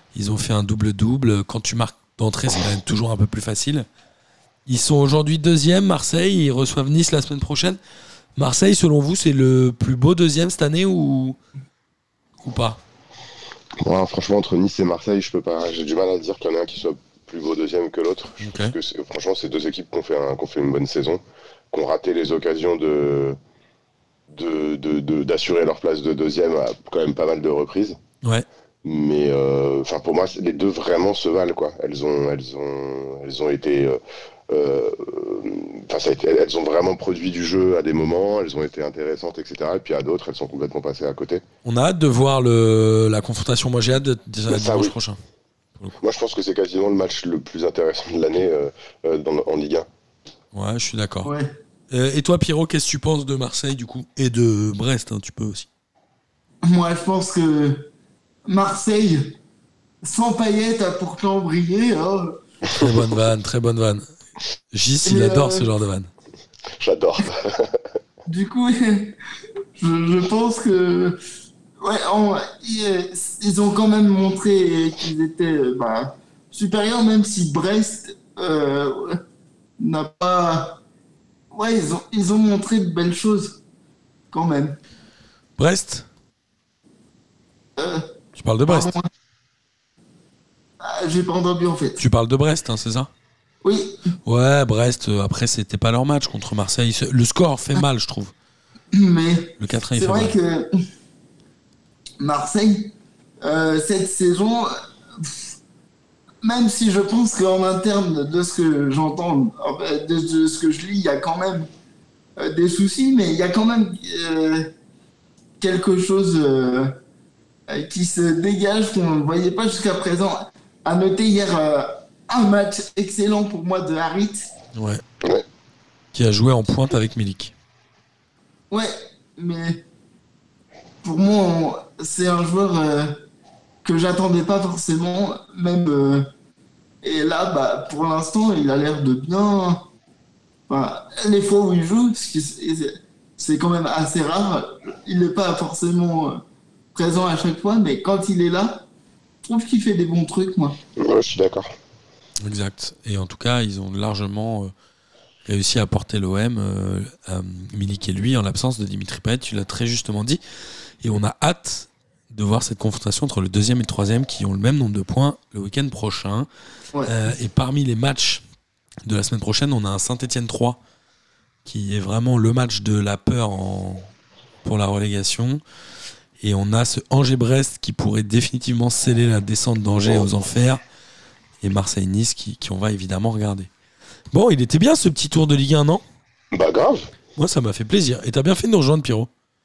D: Ils ont fait un double-double. Quand tu marques d'entrée, c'est quand même toujours un peu plus facile. Ils sont aujourd'hui deuxième, Marseille. Ils reçoivent Nice la semaine prochaine. Marseille, selon vous, c'est le plus beau deuxième cette année ou, ou pas?
C: Ouais, franchement, entre Nice et Marseille, je peux pas. J'ai du mal à dire qu'il y en a un qui soit plus beau deuxième que l'autre. Je
D: Ok.
C: pense que c'est- franchement, c'est deux équipes qui ont fait, un- qui ont fait une bonne saison, qui ont raté les occasions de, de, de- de- d'assurer leur place de deuxième à quand même pas mal de reprises.
D: Ouais.
C: Mais euh, enfin, pour moi, c'est- les deux vraiment se valent, quoi. Elles ont, elles ont, elles ont été. euh, euh, enfin, ça a été- elles ont vraiment produit du jeu à des moments, elles ont été intéressantes, et cetera. Et puis à d'autres, elles sont complètement passées à côté.
D: On a hâte de voir le, la confrontation. Moi, j'ai hâte de, de,
C: Ça,
D: dimanche
C: oui.
D: prochain.
C: Moi, je pense que c'est quasiment le match le plus intéressant de l'année euh, euh, dans- en Ligue un.
D: Ouais, je suis d'accord.
B: Ouais.
D: Euh, et toi, Pierrot, qu'est-ce que tu penses de Marseille, du coup? Et de Brest, hein, tu peux aussi.
B: Moi, je pense que Marseille, sans Payet, a pourtant brillé. Hein.
D: Très bonne vanne, très bonne vanne. Gis, il
B: Mais,
D: adore
B: euh,
D: ce genre de vanne.
C: J'adore.
B: Du coup, je, je pense que ouais, en- ils, ils ont quand même montré qu'ils étaient euh, bah, supérieurs, même si Brest euh, n'a pas. Ouais, ils ont, ils ont montré de belles choses quand même.
D: Brest?
B: Euh,
D: Tu parles de Brest?
B: pardon. Ah, j'ai pas entendu en fait.
D: Tu parles de Brest, hein, c'est ça?
B: Oui,
D: Ouais, Brest, euh, après, c'était pas leur match contre Marseille. C'est- Le score fait mal, je trouve.
B: mais
D: Le quatre un, il
B: c'est
D: fait
B: vrai
D: mal.
B: que Marseille, euh, cette saison, pff, même si je pense qu'en interne de ce que j'entends, enfin, de, de ce que je lis, il y a quand même euh, des soucis, mais il y a quand même euh, quelque chose euh, euh, qui se dégage qu'on ne voyait pas jusqu'à présent. À noter hier euh, un match excellent pour moi de Harit.
D: Ouais.
C: Ouais.
D: Qui a joué en pointe avec Milik.
B: Ouais, mais pour moi, on- c'est un joueur euh, que j'attendais pas forcément, même. euh, et là, bah, pour l'instant, il a l'air de bien. Enfin, les fois où il joue, ce qui- c'est c'est quand même assez rare. Il n'est pas forcément euh, présent à chaque fois, mais quand il est là, je trouve qu'il fait des bons trucs, moi.
C: Ouais, je suis d'accord.
D: Exact. Et en tout cas, ils ont largement euh, réussi à porter l'O M, euh, à Milik et lui, en l'absence de Dimitri Payet, tu l'as très justement dit. Et on a hâte de voir cette confrontation entre le deuxième et le troisième qui ont le même nombre de points le week-end prochain.
B: Ouais.
D: Euh, et parmi les matchs de la semaine prochaine, on a un Saint-Étienne trois qui est vraiment le match de la peur en- pour la relégation. Et on a ce Angers-Brest qui pourrait définitivement sceller la descente d'Angers aux enfers. Et Marseille-Nice qui, qui on va évidemment regarder. Bon, il était bien ce petit tour de Ligue un, non?
C: Bah, grave.
D: Moi, ça m'a fait plaisir. Et t'as bien fait de nous rejoindre, Pierrot.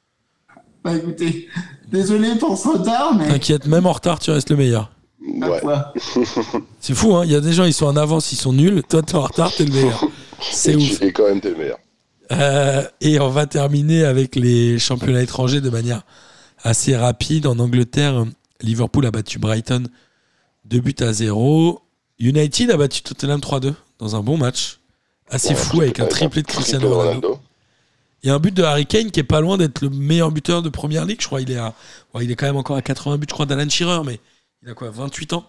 B: Bah écoutez, désolé pour ce retard, mais.
D: T'inquiète, même en retard, tu restes le meilleur.
B: ma
C: Ouais.
B: foi.
D: C'est fou, hein. Il y a des gens, ils sont en avance, ils sont nuls. Toi, t'es en retard, t'es le meilleur. C'est
C: Et
D: ouf.
C: tu- Et quand même, t'es le meilleur.
D: Euh, et on va terminer avec les championnats étrangers de manière assez rapide. En Angleterre, Liverpool a battu Brighton deux buts à zéro. United a battu Tottenham trois deux dans un bon match. Assez
C: Ouais,
D: fou avec un
C: avec
D: triplé de
C: triplé
D: Cristiano Ronaldo. Il y a un but de Harry Kane qui est pas loin d'être le meilleur buteur de Première Ligue. Je crois il est à, ouais, il est quand même encore à quatre-vingts buts, je crois, d'Alan Shearer, mais il a quoi, vingt-huit ans?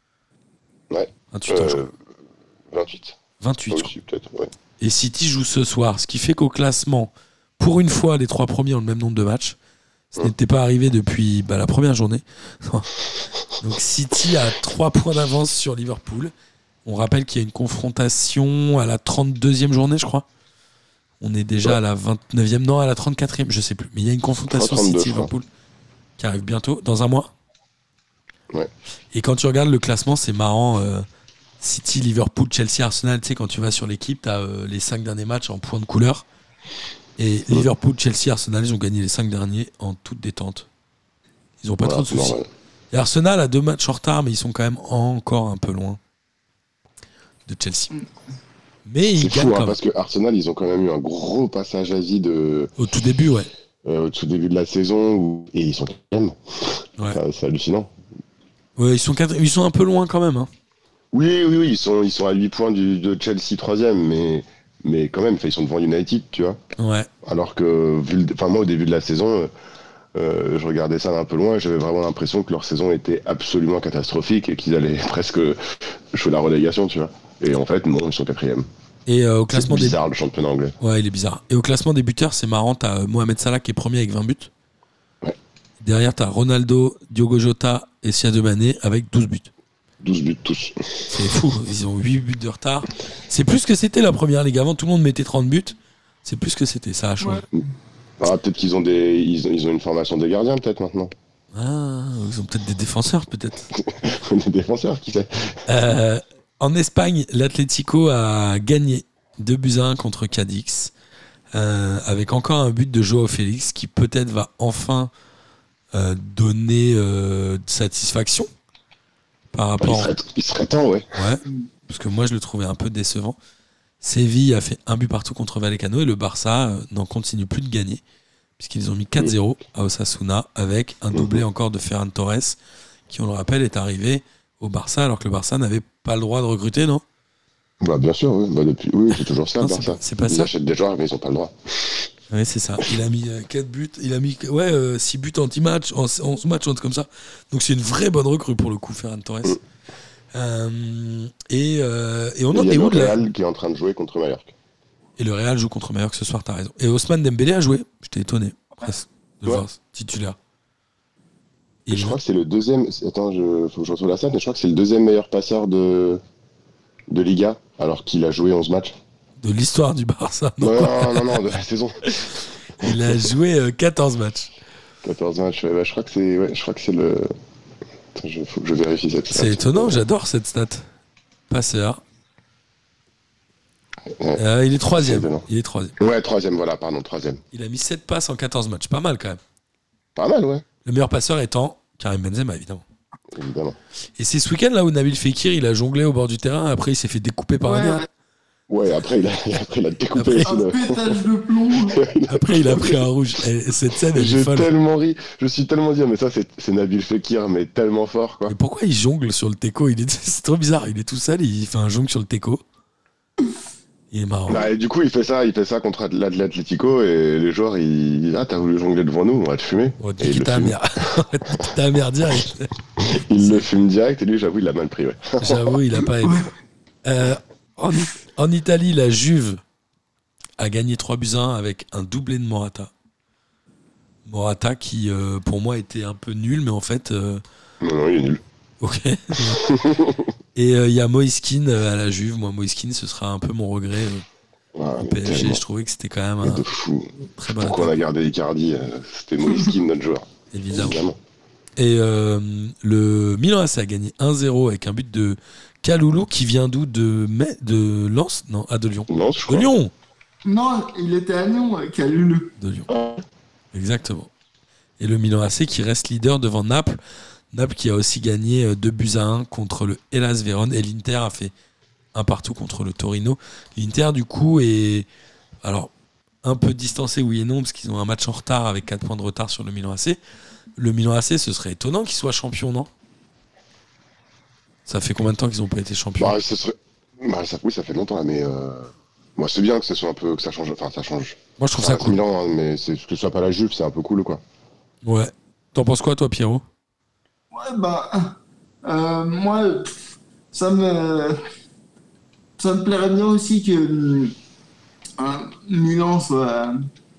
C: Ouais.
D: vingt-huit ans, je crois.
C: Euh, vingt-huit.
D: vingt-huit, je crois.
C: Aussi, peut-être, ouais.
D: Et City joue ce soir, ce qui fait qu'au classement, pour une fois, les trois premiers ont le même nombre de matchs. Ce n'était pas arrivé depuis bah, la première journée. Donc City a trois points d'avance sur Liverpool. On rappelle qu'il y a une confrontation à la trente-deuxième journée, je crois. On est déjà
C: Ouais.
D: à la vingt-neuvième, non, à la trente-quatrième, je sais plus. Mais il y a une confrontation
C: trente-deux,
D: City-Liverpool qui arrive bientôt, dans un mois.
C: Ouais.
D: Et quand tu regardes le classement, c'est marrant. euh, City, Liverpool, Chelsea, Arsenal, tu sais, quand tu vas sur l'équipe, tu as les cinq derniers matchs en points de couleur. Et Liverpool, Chelsea, Arsenal, ils ont gagné les cinq derniers en toute détente. Ils n'ont pas
C: Voilà,
D: trop de soucis.
C: normal.
D: Et Arsenal a deux matchs en retard, mais ils sont quand même encore un peu loin de Chelsea. Mais ils
C: C'est
D: gagnent
C: fou, hein,
D: quand même.
C: parce que Arsenal, ils ont quand même eu un gros passage à vide euh,
D: Au tout début, ouais.
C: euh, au tout début de la saison, où... et ils sont quand même.
D: Ouais.
C: Enfin, c'est hallucinant.
D: Ouais, ils, sont quatre- ils sont un peu loin quand même. Hein.
C: Oui, oui, oui, ils sont, ils sont à huit points du, de Chelsea troisième, mais, mais quand même, enfin, ils sont devant United, tu vois.
D: Ouais.
C: Alors que, vu le- enfin, moi, au début de la saison, euh, Euh, je regardais ça d'un peu loin et j'avais vraiment l'impression que leur saison était absolument catastrophique et qu'ils allaient presque jouer la relégation, tu vois. Et en fait, non, ils sont quatrième.
D: Et euh, au
C: C'est
D: classement
C: bizarre
D: des...
C: le championnat anglais.
D: Ouais, il est bizarre. Et au classement des buteurs, c'est marrant, t'as euh, Mohamed Salah qui est premier avec vingt buts.
C: Ouais.
D: Derrière, t'as Ronaldo, Diogo Jota et Sadio Mané avec douze buts.
C: douze buts tous.
D: C'est fou, ils ont huit buts de retard. C'est plus que c'était la première ligue. Avant, tout le monde mettait trente buts. C'est plus que c'était, ça a changé.
B: Ouais.
C: Ah, peut-être qu'ils ont des, ils ont, ils ont une formation des gardiens, peut-être maintenant.
D: Ah, ils ont peut-être des défenseurs, peut-être.
C: Des défenseurs, qui sait.
D: Euh, en Espagne, l'Atlético a gagné deux buts à un contre Cadix, euh, avec encore un but de Joao Félix qui peut-être va enfin euh, donner euh, satisfaction par
C: Il
D: rapport.
C: serait, il serait temps, ouais.
D: Ouais, parce que moi je le trouvais un peu décevant. Séville a fait un but partout contre Vallecano et le Barça euh, n'en continue plus de gagner puisqu'ils ont mis quatre zéro à Osasuna avec un doublé encore de Ferran Torres qui, on le rappelle, est arrivé au Barça alors que le Barça n'avait pas le droit de recruter, non ?
C: Bah, bien sûr, oui. Bah, depuis, oui, c'est toujours ça,
D: Non,
C: le
D: c'est
C: Barça.
D: pas- c'est pas
C: ils
D: ça.
C: achètent des joueurs, mais ils n'ont pas le droit.
D: Oui, c'est ça. Il a mis quatre buts, il a mis ouais, euh, six buts en dix matchs, en onze matchs, un truc comme ça. Donc c'est une vraie bonne recrue pour le coup, Ferran Torres.
C: Mm.
D: Euh, et, euh, et on
C: Et
D: en
C: il y a
D: est
C: le
D: où de la...
C: Real qui est en train de jouer contre Mallorca.
D: Et le Real joue contre Mallorca ce soir, t'as raison. Et Ousmane Dembélé a joué. J'étais étonné, presque, de le
C: Ouais.
D: voir titulaire.
C: Et
D: Il-
C: je crois que c'est le deuxième. Attends, je... faut que je retrouve la stat, mais je crois que c'est le deuxième meilleur passeur de, de Liga, alors qu'il a joué onze matchs.
D: De l'histoire du Barça. Non,
C: Non, non, non, non, de la saison.
D: il a joué euh, quatorze matchs.
C: quatorze matchs, ouais, bah, je crois que c'est ouais, je crois que c'est le. Attends, je... faut que je vérifie cette stat.
D: C'est étonnant, j'adore cette stat. Passeur.
C: Ouais.
D: Euh, il est troisième.
C: C'est étonnant.
D: Il est troisième.
C: Ouais, troisième, voilà, pardon, troisième.
D: Il a mis sept passes en quatorze matchs. Pas mal quand même.
C: Pas mal, ouais,
D: Le meilleur passeur étant Karim Benzema, évidemment.
C: évidemment.
D: Et c'est ce week-end là où Nabil Fekir il a jonglé au bord du terrain, après il s'est fait découper par un
B: Ouais,
D: mur.
C: Ouais, après, il a, après, il a découpé
D: Après-
C: aussi
B: un
C: le.
B: pétage de plomb.
D: Après il a pris un rouge. Et cette scène elle est
C: J'ai
D: folle.
C: tellement ri, je suis tellement dit, mais ça, c'est c'est Nabil Fekir, mais tellement fort, quoi.
D: Mais pourquoi il jongle sur le teco il est... C'est trop bizarre, il est tout seul, il fait un jongle sur le teco. Il est marrant.
C: Bah, et du coup, il fait ça, il fait ça contre l'Atlético et les joueurs, ils disent ah t'as voulu jongler devant nous, on va te fumer.
D: On va te
C: Et il
D: niquer
C: le
D: ta
C: fume.
D: mère. On va te niquer ta mère direct.
C: Il le fume direct et lui, j'avoue, il l'a mal pris, ouais.
D: J'avoue, il a pas aimé. Euh, en, en Italie, la Juve a gagné trois buts à un avec un doublé de Morata. Morata qui, euh, pour moi, était un peu nul, mais en fait, euh,
C: Non, non, il est nul.
D: ok. Et il euh, y a Moiskin à la Juve. Moi, Moiskin, ce sera un peu mon regret. euh,
C: Ouais,
D: au
C: mais
D: P S G,
C: tellement.
D: je trouvais que c'était quand même un
C: De fou.
D: très bon
C: Pourquoi on a
D: attaque,
C: gardé Icardi euh, c'était Moiskin, notre joueur.
D: évidemment.
C: Évidemment.
D: Et euh, le Milan A C a gagné un zéro avec un but de Kaloulou qui vient d'où de, Mai- de Lens Non, ah, de Lyon.
C: Non, je
D: De
C: crois.
D: Lyon
B: Non, il était à Lyon, euh, Kalulu.
D: De Lyon.
C: Ah,
D: Exactement. Et le Milan A C qui reste leader devant Naples. Naples qui a aussi gagné euh, deux buts à un contre le Hellas Vérone. Et l'Inter a fait un partout contre le Torino. L'Inter, du coup, est alors un peu distancé, oui et non, parce qu'ils ont un match en retard avec quatre points de retard sur le Milan A C. Le Milan A C, ce serait étonnant qu'il soit champion, non ? Ça fait combien de temps qu'ils n'ont pas été champions ?
C: Bah, ce serait... bah, ça, oui, ça fait longtemps, là, mais euh... moi, c'est bien que ça soit un peu, que ça change. Enfin, ça change.
D: Moi, je trouve
C: Ça
D: ça
C: reste
D: cool.
C: Milan, hein, mais c'est que ce soit pas la Juve, c'est un peu cool, quoi.
D: Ouais. T'en penses quoi, toi, Pierrot ?
B: Ouais, bah, euh, moi, pff, ça me, ça me plairait bien aussi que hum, un Milan soit,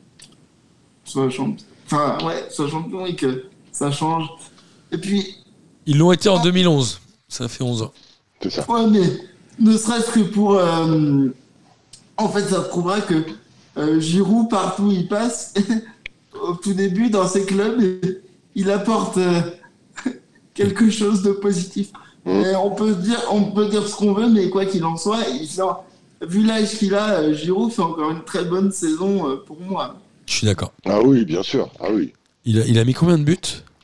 B: soit champion. Enfin, ouais, soit champion et que ça change. Et puis,
D: Ils l'ont été en deux mille onze. Ça fait onze ans.
C: C'est ça.
B: ouais, mais ne serait-ce que pour, euh, en fait, ça prouvera que euh, Giroud, partout où il passe, au tout début, dans ses clubs, il apporte euh, quelque chose de positif.
C: Mmh.
B: Et on peut dire, on peut dire ce qu'on veut, mais quoi qu'il en soit, il sort- vu l'âge qu'il a, euh, Giroud fait encore une très bonne saison euh, pour moi.
D: Je suis d'accord.
C: Ah oui, bien sûr. Ah oui.
D: Il a, il a mis combien de buts ?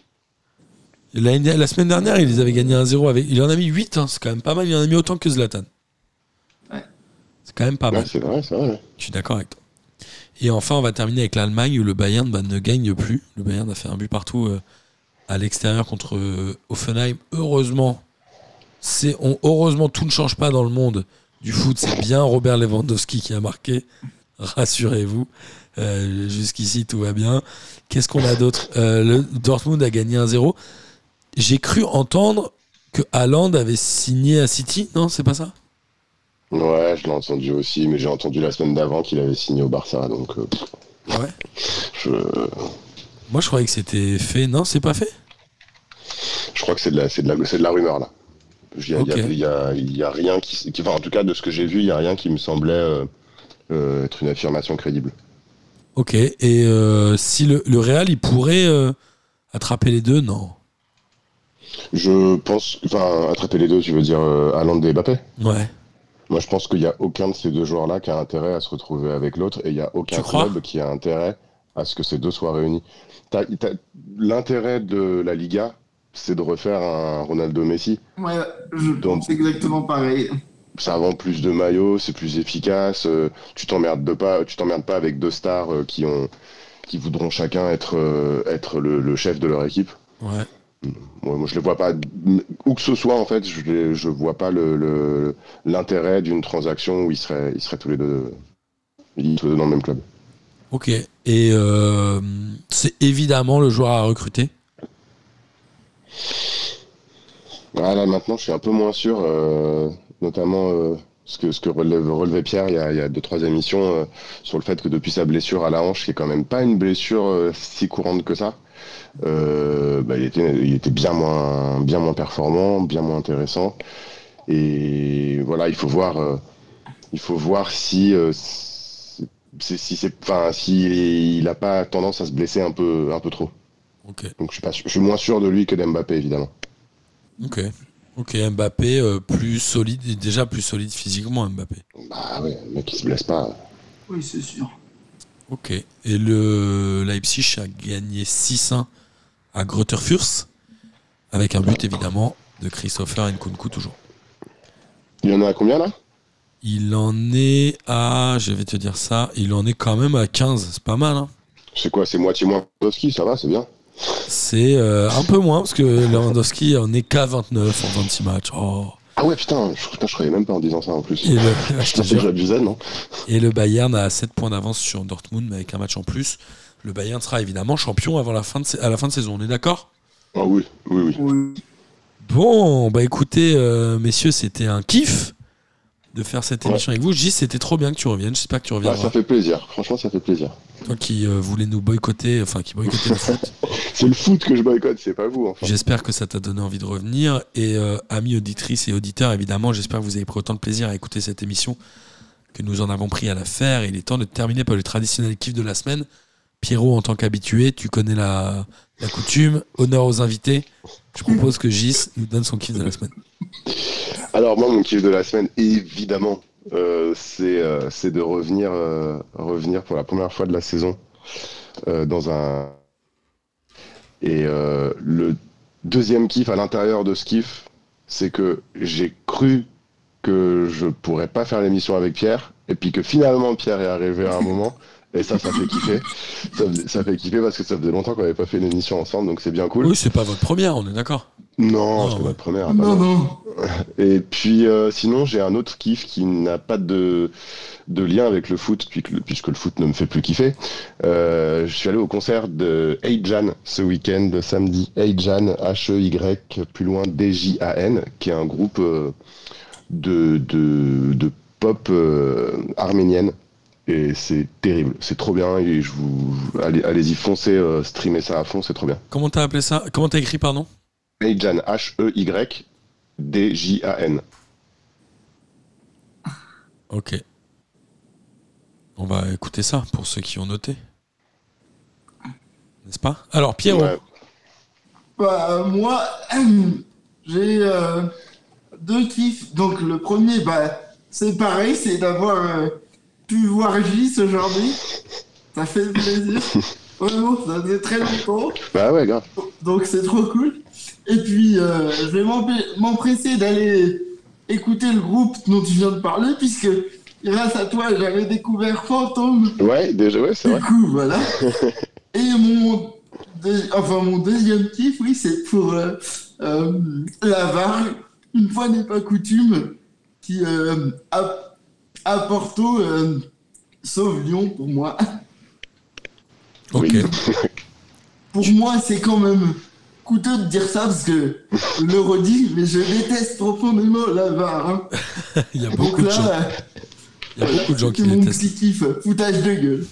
D: la, la semaine dernière, il les avait gagnés un zéro avec. Il en a mis huit, hein, c'est quand même pas mal. Il en a mis autant que Zlatan.
B: Ouais.
D: C'est quand même pas
C: Ouais,
D: mal.
C: c'est vrai, c'est vrai.
D: Je suis d'accord avec toi. Et enfin, on va terminer avec l'Allemagne où le Bayern bah, ne gagne plus. Le Bayern a fait un but partout euh, à l'extérieur contre euh, Hoffenheim. Heureusement, c'est, on, heureusement, tout ne change pas dans le monde du foot. C'est bien Robert Lewandowski qui a marqué. Rassurez-vous. Euh, jusqu'ici, tout va bien. Qu'est-ce qu'on a d'autre ? euh, Le Dortmund a gagné un zéro. J'ai cru entendre que Haaland avait signé à City. Non, c'est pas ça ?
C: Ouais, je l'ai entendu aussi, mais j'ai entendu la semaine d'avant qu'il avait signé au Barça, donc euh,
D: Ouais.
C: je,
D: Moi, je croyais que c'était fait. Non, c'est pas fait ?
C: je crois que c'est de la, c'est de la, c'est de la rumeur là. Il y a,
D: Ok.
C: il y a- il y a- il y a rien qui, qui- enfin, en tout cas, de ce que j'ai vu, il y a rien qui me semblait euh, euh, être une affirmation crédible.
D: Ok. Et euh, si le, le Real, il pourrait euh, attraper les deux ? Non.
C: Je pense, enfin, attraper les deux, tu veux dire euh, Haaland et Mbappé?
D: Ouais.
C: Moi, je pense qu'il n'y a aucun de ces deux joueurs-là qui a intérêt à se retrouver avec l'autre, et il n'y a aucun
D: Tu crois
C: club qui a intérêt à ce que ces deux soient réunis. T'as- t'as- L'intérêt de la Liga, c'est de refaire un Ronaldo-Messi.
B: Ouais, je
C: Donc-
B: pense exactement pareil.
C: Ça vend plus de maillots, c'est plus efficace. euh, tu t'emmerdes de pas, tu t'emmerdes pas avec deux stars euh, qui ont, qui voudront chacun être, euh, être le, le chef de leur équipe.
D: Ouais.
C: Moi, moi, je le vois pas. Où que ce soit, en fait, je, les- je vois pas le, le- l'intérêt d'une transaction où ils seraient, ils seraient tous les deux, ils seraient tous les deux dans le même club.
D: Ok. Et euh, c'est évidemment le joueur à recruter.
C: Ah, là, maintenant, je suis un peu moins sûr, euh, notamment euh, ce que, ce que relève, relevait Pierre il y a, il y a deux, trois émissions, euh, sur le fait que depuis sa blessure à la hanche, qui est quand même pas une blessure euh, si courante que ça, euh, bah, il, était, il était bien moins, bien moins performant, bien moins intéressant. Et voilà, il faut voir, euh, il faut voir si, euh, c'est- si c'est, enfin, si il a pas tendance à se blesser un peu, un peu trop.
D: Ok.
C: Donc je suis pas, sûr- je suis moins sûr de lui que d'Mbappé évidemment.
D: Ok. Ok. Mbappé, euh, plus solide, déjà plus solide physiquement, Mbappé.
C: Bah ouais, le mec il se blesse pas.
B: Oui, c'est sûr.
D: Ok. Et le Leipzig a gagné six un à Greuther Fürth, avec un but évidemment de Christopher Nkunku toujours.
C: Il y en a à combien là?
D: Il en est à, je vais te dire ça, il en est quand même à quinze, c'est pas mal. Hein.
C: C'est quoi? C'est moitié moins Lewandowski, ça va, c'est bien.
D: C'est euh, un peu moins, parce que Lewandowski en est qu'à vingt-neuf en vingt-six matchs. Oh.
C: Ah ouais, putain, je, putain, je croyais même pas en disant ça en plus.
D: Et, le, je te
C: Putain, c'est que
D: jure.
C: j'abusais, non?
D: Et le Bayern a sept points d'avance sur Dortmund, mais avec un match en plus. Le Bayern sera évidemment champion avant la fin de, à la fin de saison, on est d'accord ?
C: Ah oui, oui, oui.
B: Oui.
D: Bon, bah écoutez, euh, messieurs, c'était un kiff de faire cette émission avec vous. Gis, c'était trop bien que tu reviennes. J'espère que tu
C: Ah,
D: reviendras.
C: ça fait plaisir, franchement, ça fait plaisir.
D: Toi qui euh, voulais nous boycotter, enfin qui boycottait le foot.
C: C'est le foot que je boycotte, c'est pas vous, enfin.
D: J'espère que ça t'a donné envie de revenir. Et euh, amis auditrices et auditeurs, évidemment, j'espère que vous avez pris autant de plaisir à écouter cette émission que nous en avons pris à la faire. Et il est temps de terminer par le traditionnel kiff de la semaine. Pierrot, en tant qu'habitué, tu connais la, la coutume. Honneur aux invités. Je propose que Gis nous donne son kiff de la semaine.
C: Alors moi, mon kiff de la semaine, évidemment, euh, c'est euh, c'est de revenir, euh, revenir pour la première fois de la saison euh, dans un... Et euh, le deuxième kiff à l'intérieur de ce kiff, c'est que j'ai cru que je pourrais pas faire l'émission avec Pierre, et puis que finalement Pierre est arrivé à un moment, et ça, ça fait kiffer. Ça, faisait- ça fait kiffer parce que ça faisait longtemps qu'on n'avait pas fait une émission ensemble, donc c'est bien cool.
D: Oui, c'est pas votre première, on est d'accord.
C: Non,
D: Ah,
C: c'était
D: ouais.
C: ma première. pas
B: Non,
C: mal.
B: non.
C: Et puis euh, sinon, j'ai un autre kiff qui n'a pas de, de lien avec le foot, puisque le, puisque le foot ne me fait plus kiffer. Euh, je suis allé au concert de Eijan ce week-end, le samedi. Eijan, H E Y, plus loin D J A N, qui est un groupe euh, de, de, de pop euh, arménienne. Et c'est terrible, c'est trop bien. Et je vous, allez, allez-y, foncez, euh, streamer ça à fond, c'est trop bien.
D: Comment t'as appelé ça ? Comment t'as écrit, pardon ?
C: Eijan, H E Y, D J A N.
D: Ok. On va écouter ça pour ceux qui ont noté. N'est-ce pas ? Alors, Pierrot.
C: Ouais.
B: Bah, moi, j'ai euh, deux kiffs. Donc, le premier, bah, c'est pareil, c'est d'avoir euh, pu voir Gis aujourd'hui. Ça fait plaisir. Vraiment, ça faisait très longtemps.
C: Bah ouais, grave.
B: Donc, c'est trop cool. Et puis, euh, je vais m'empê- m'empresser d'aller écouter le groupe dont tu viens de parler, puisque grâce à toi, j'avais découvert Fantôme.
C: Ouais, déjà, ouais, c'est
B: Du
C: vrai.
B: coup, voilà. Et mon, deux- enfin, mon deuxième kiff, oui, c'est pour euh, euh, la V A R, une fois n'est pas coutume, qui euh, à, à Porto euh, sauve Lyon pour moi.
D: Ok.
C: Oui.
B: Pour moi, c'est quand même coûteux de dire ça parce que je le redis, mais je déteste profondément la V A R. Hein.
D: Il y a
B: Donc
D: beaucoup de
B: là,
D: gens,
B: euh,
D: il y a beaucoup de gens
B: c'est
D: qui
B: mon
D: détestent.
B: petit kiff, foutage de gueule.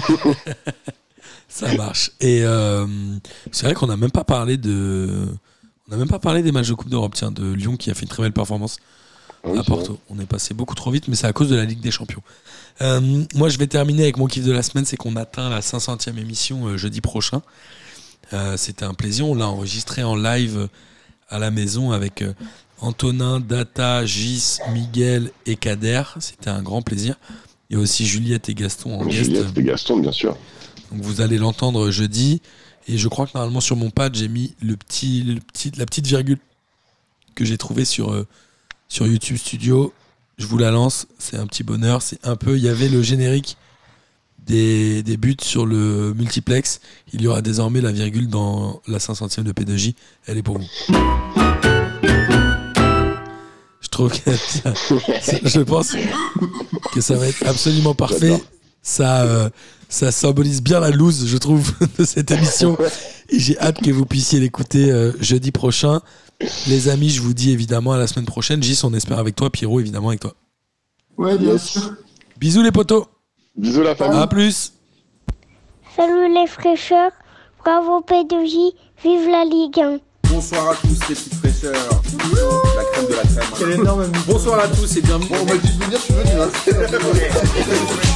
D: Ça marche. Et euh, c'est vrai qu'on n'a même pas parlé de, on n'a même pas parlé des matchs de Coupe d'Europe, tiens, de Lyon qui a fait une très belle performance
C: Ah oui,
D: à
C: c'est vrai.
D: Porto. On est passé beaucoup trop vite, mais c'est à cause de la Ligue des Champions. Euh, moi, je vais terminer avec mon kiff de la semaine, c'est qu'on atteint la cinq centième émission euh, jeudi prochain. Euh, c'était un plaisir. On l'a enregistré en live à la maison avec euh, Antonin, Data, Gis, Miguel et Kader. C'était un grand plaisir. Il y a aussi Juliette et Gaston en guest.
C: Juliette et Gaston, bien sûr.
D: Donc vous allez l'entendre jeudi. Et je crois que normalement sur mon pad, j'ai mis le petit, le petit, la petite virgule que j'ai trouvée sur, euh, sur YouTube Studio. Je vous la lance. C'est un petit bonheur. C'est un peu. Il y avait le générique des, des buts sur le multiplex. Il y aura désormais la virgule dans la cinq centième de P deux J. Elle est pour vous. Je trouve que ça, ça- je pense que ça va être absolument parfait.
C: J'adore.
D: Ça, euh, ça symbolise bien la loose, je trouve, de cette émission. Et j'ai hâte que vous puissiez l'écouter euh, jeudi prochain. Les amis, je vous dis évidemment à la semaine prochaine. Gis, on espère avec toi. Pierrot, évidemment avec toi.
B: Ouais, bien
C: Yes.
B: sûr.
D: Bisous les potos.
C: Bisous la famille.
D: À plus.
E: Salut les fraîcheurs, bravo P deux J, vive la Ligue un.
A: Bonsoir à tous les petites fraîcheurs. La crème de la crème.
B: Quel énorme
A: Bonsoir à tous et bienvenue.
B: Bon, bah, tu peux venir, tu veux, tu vas.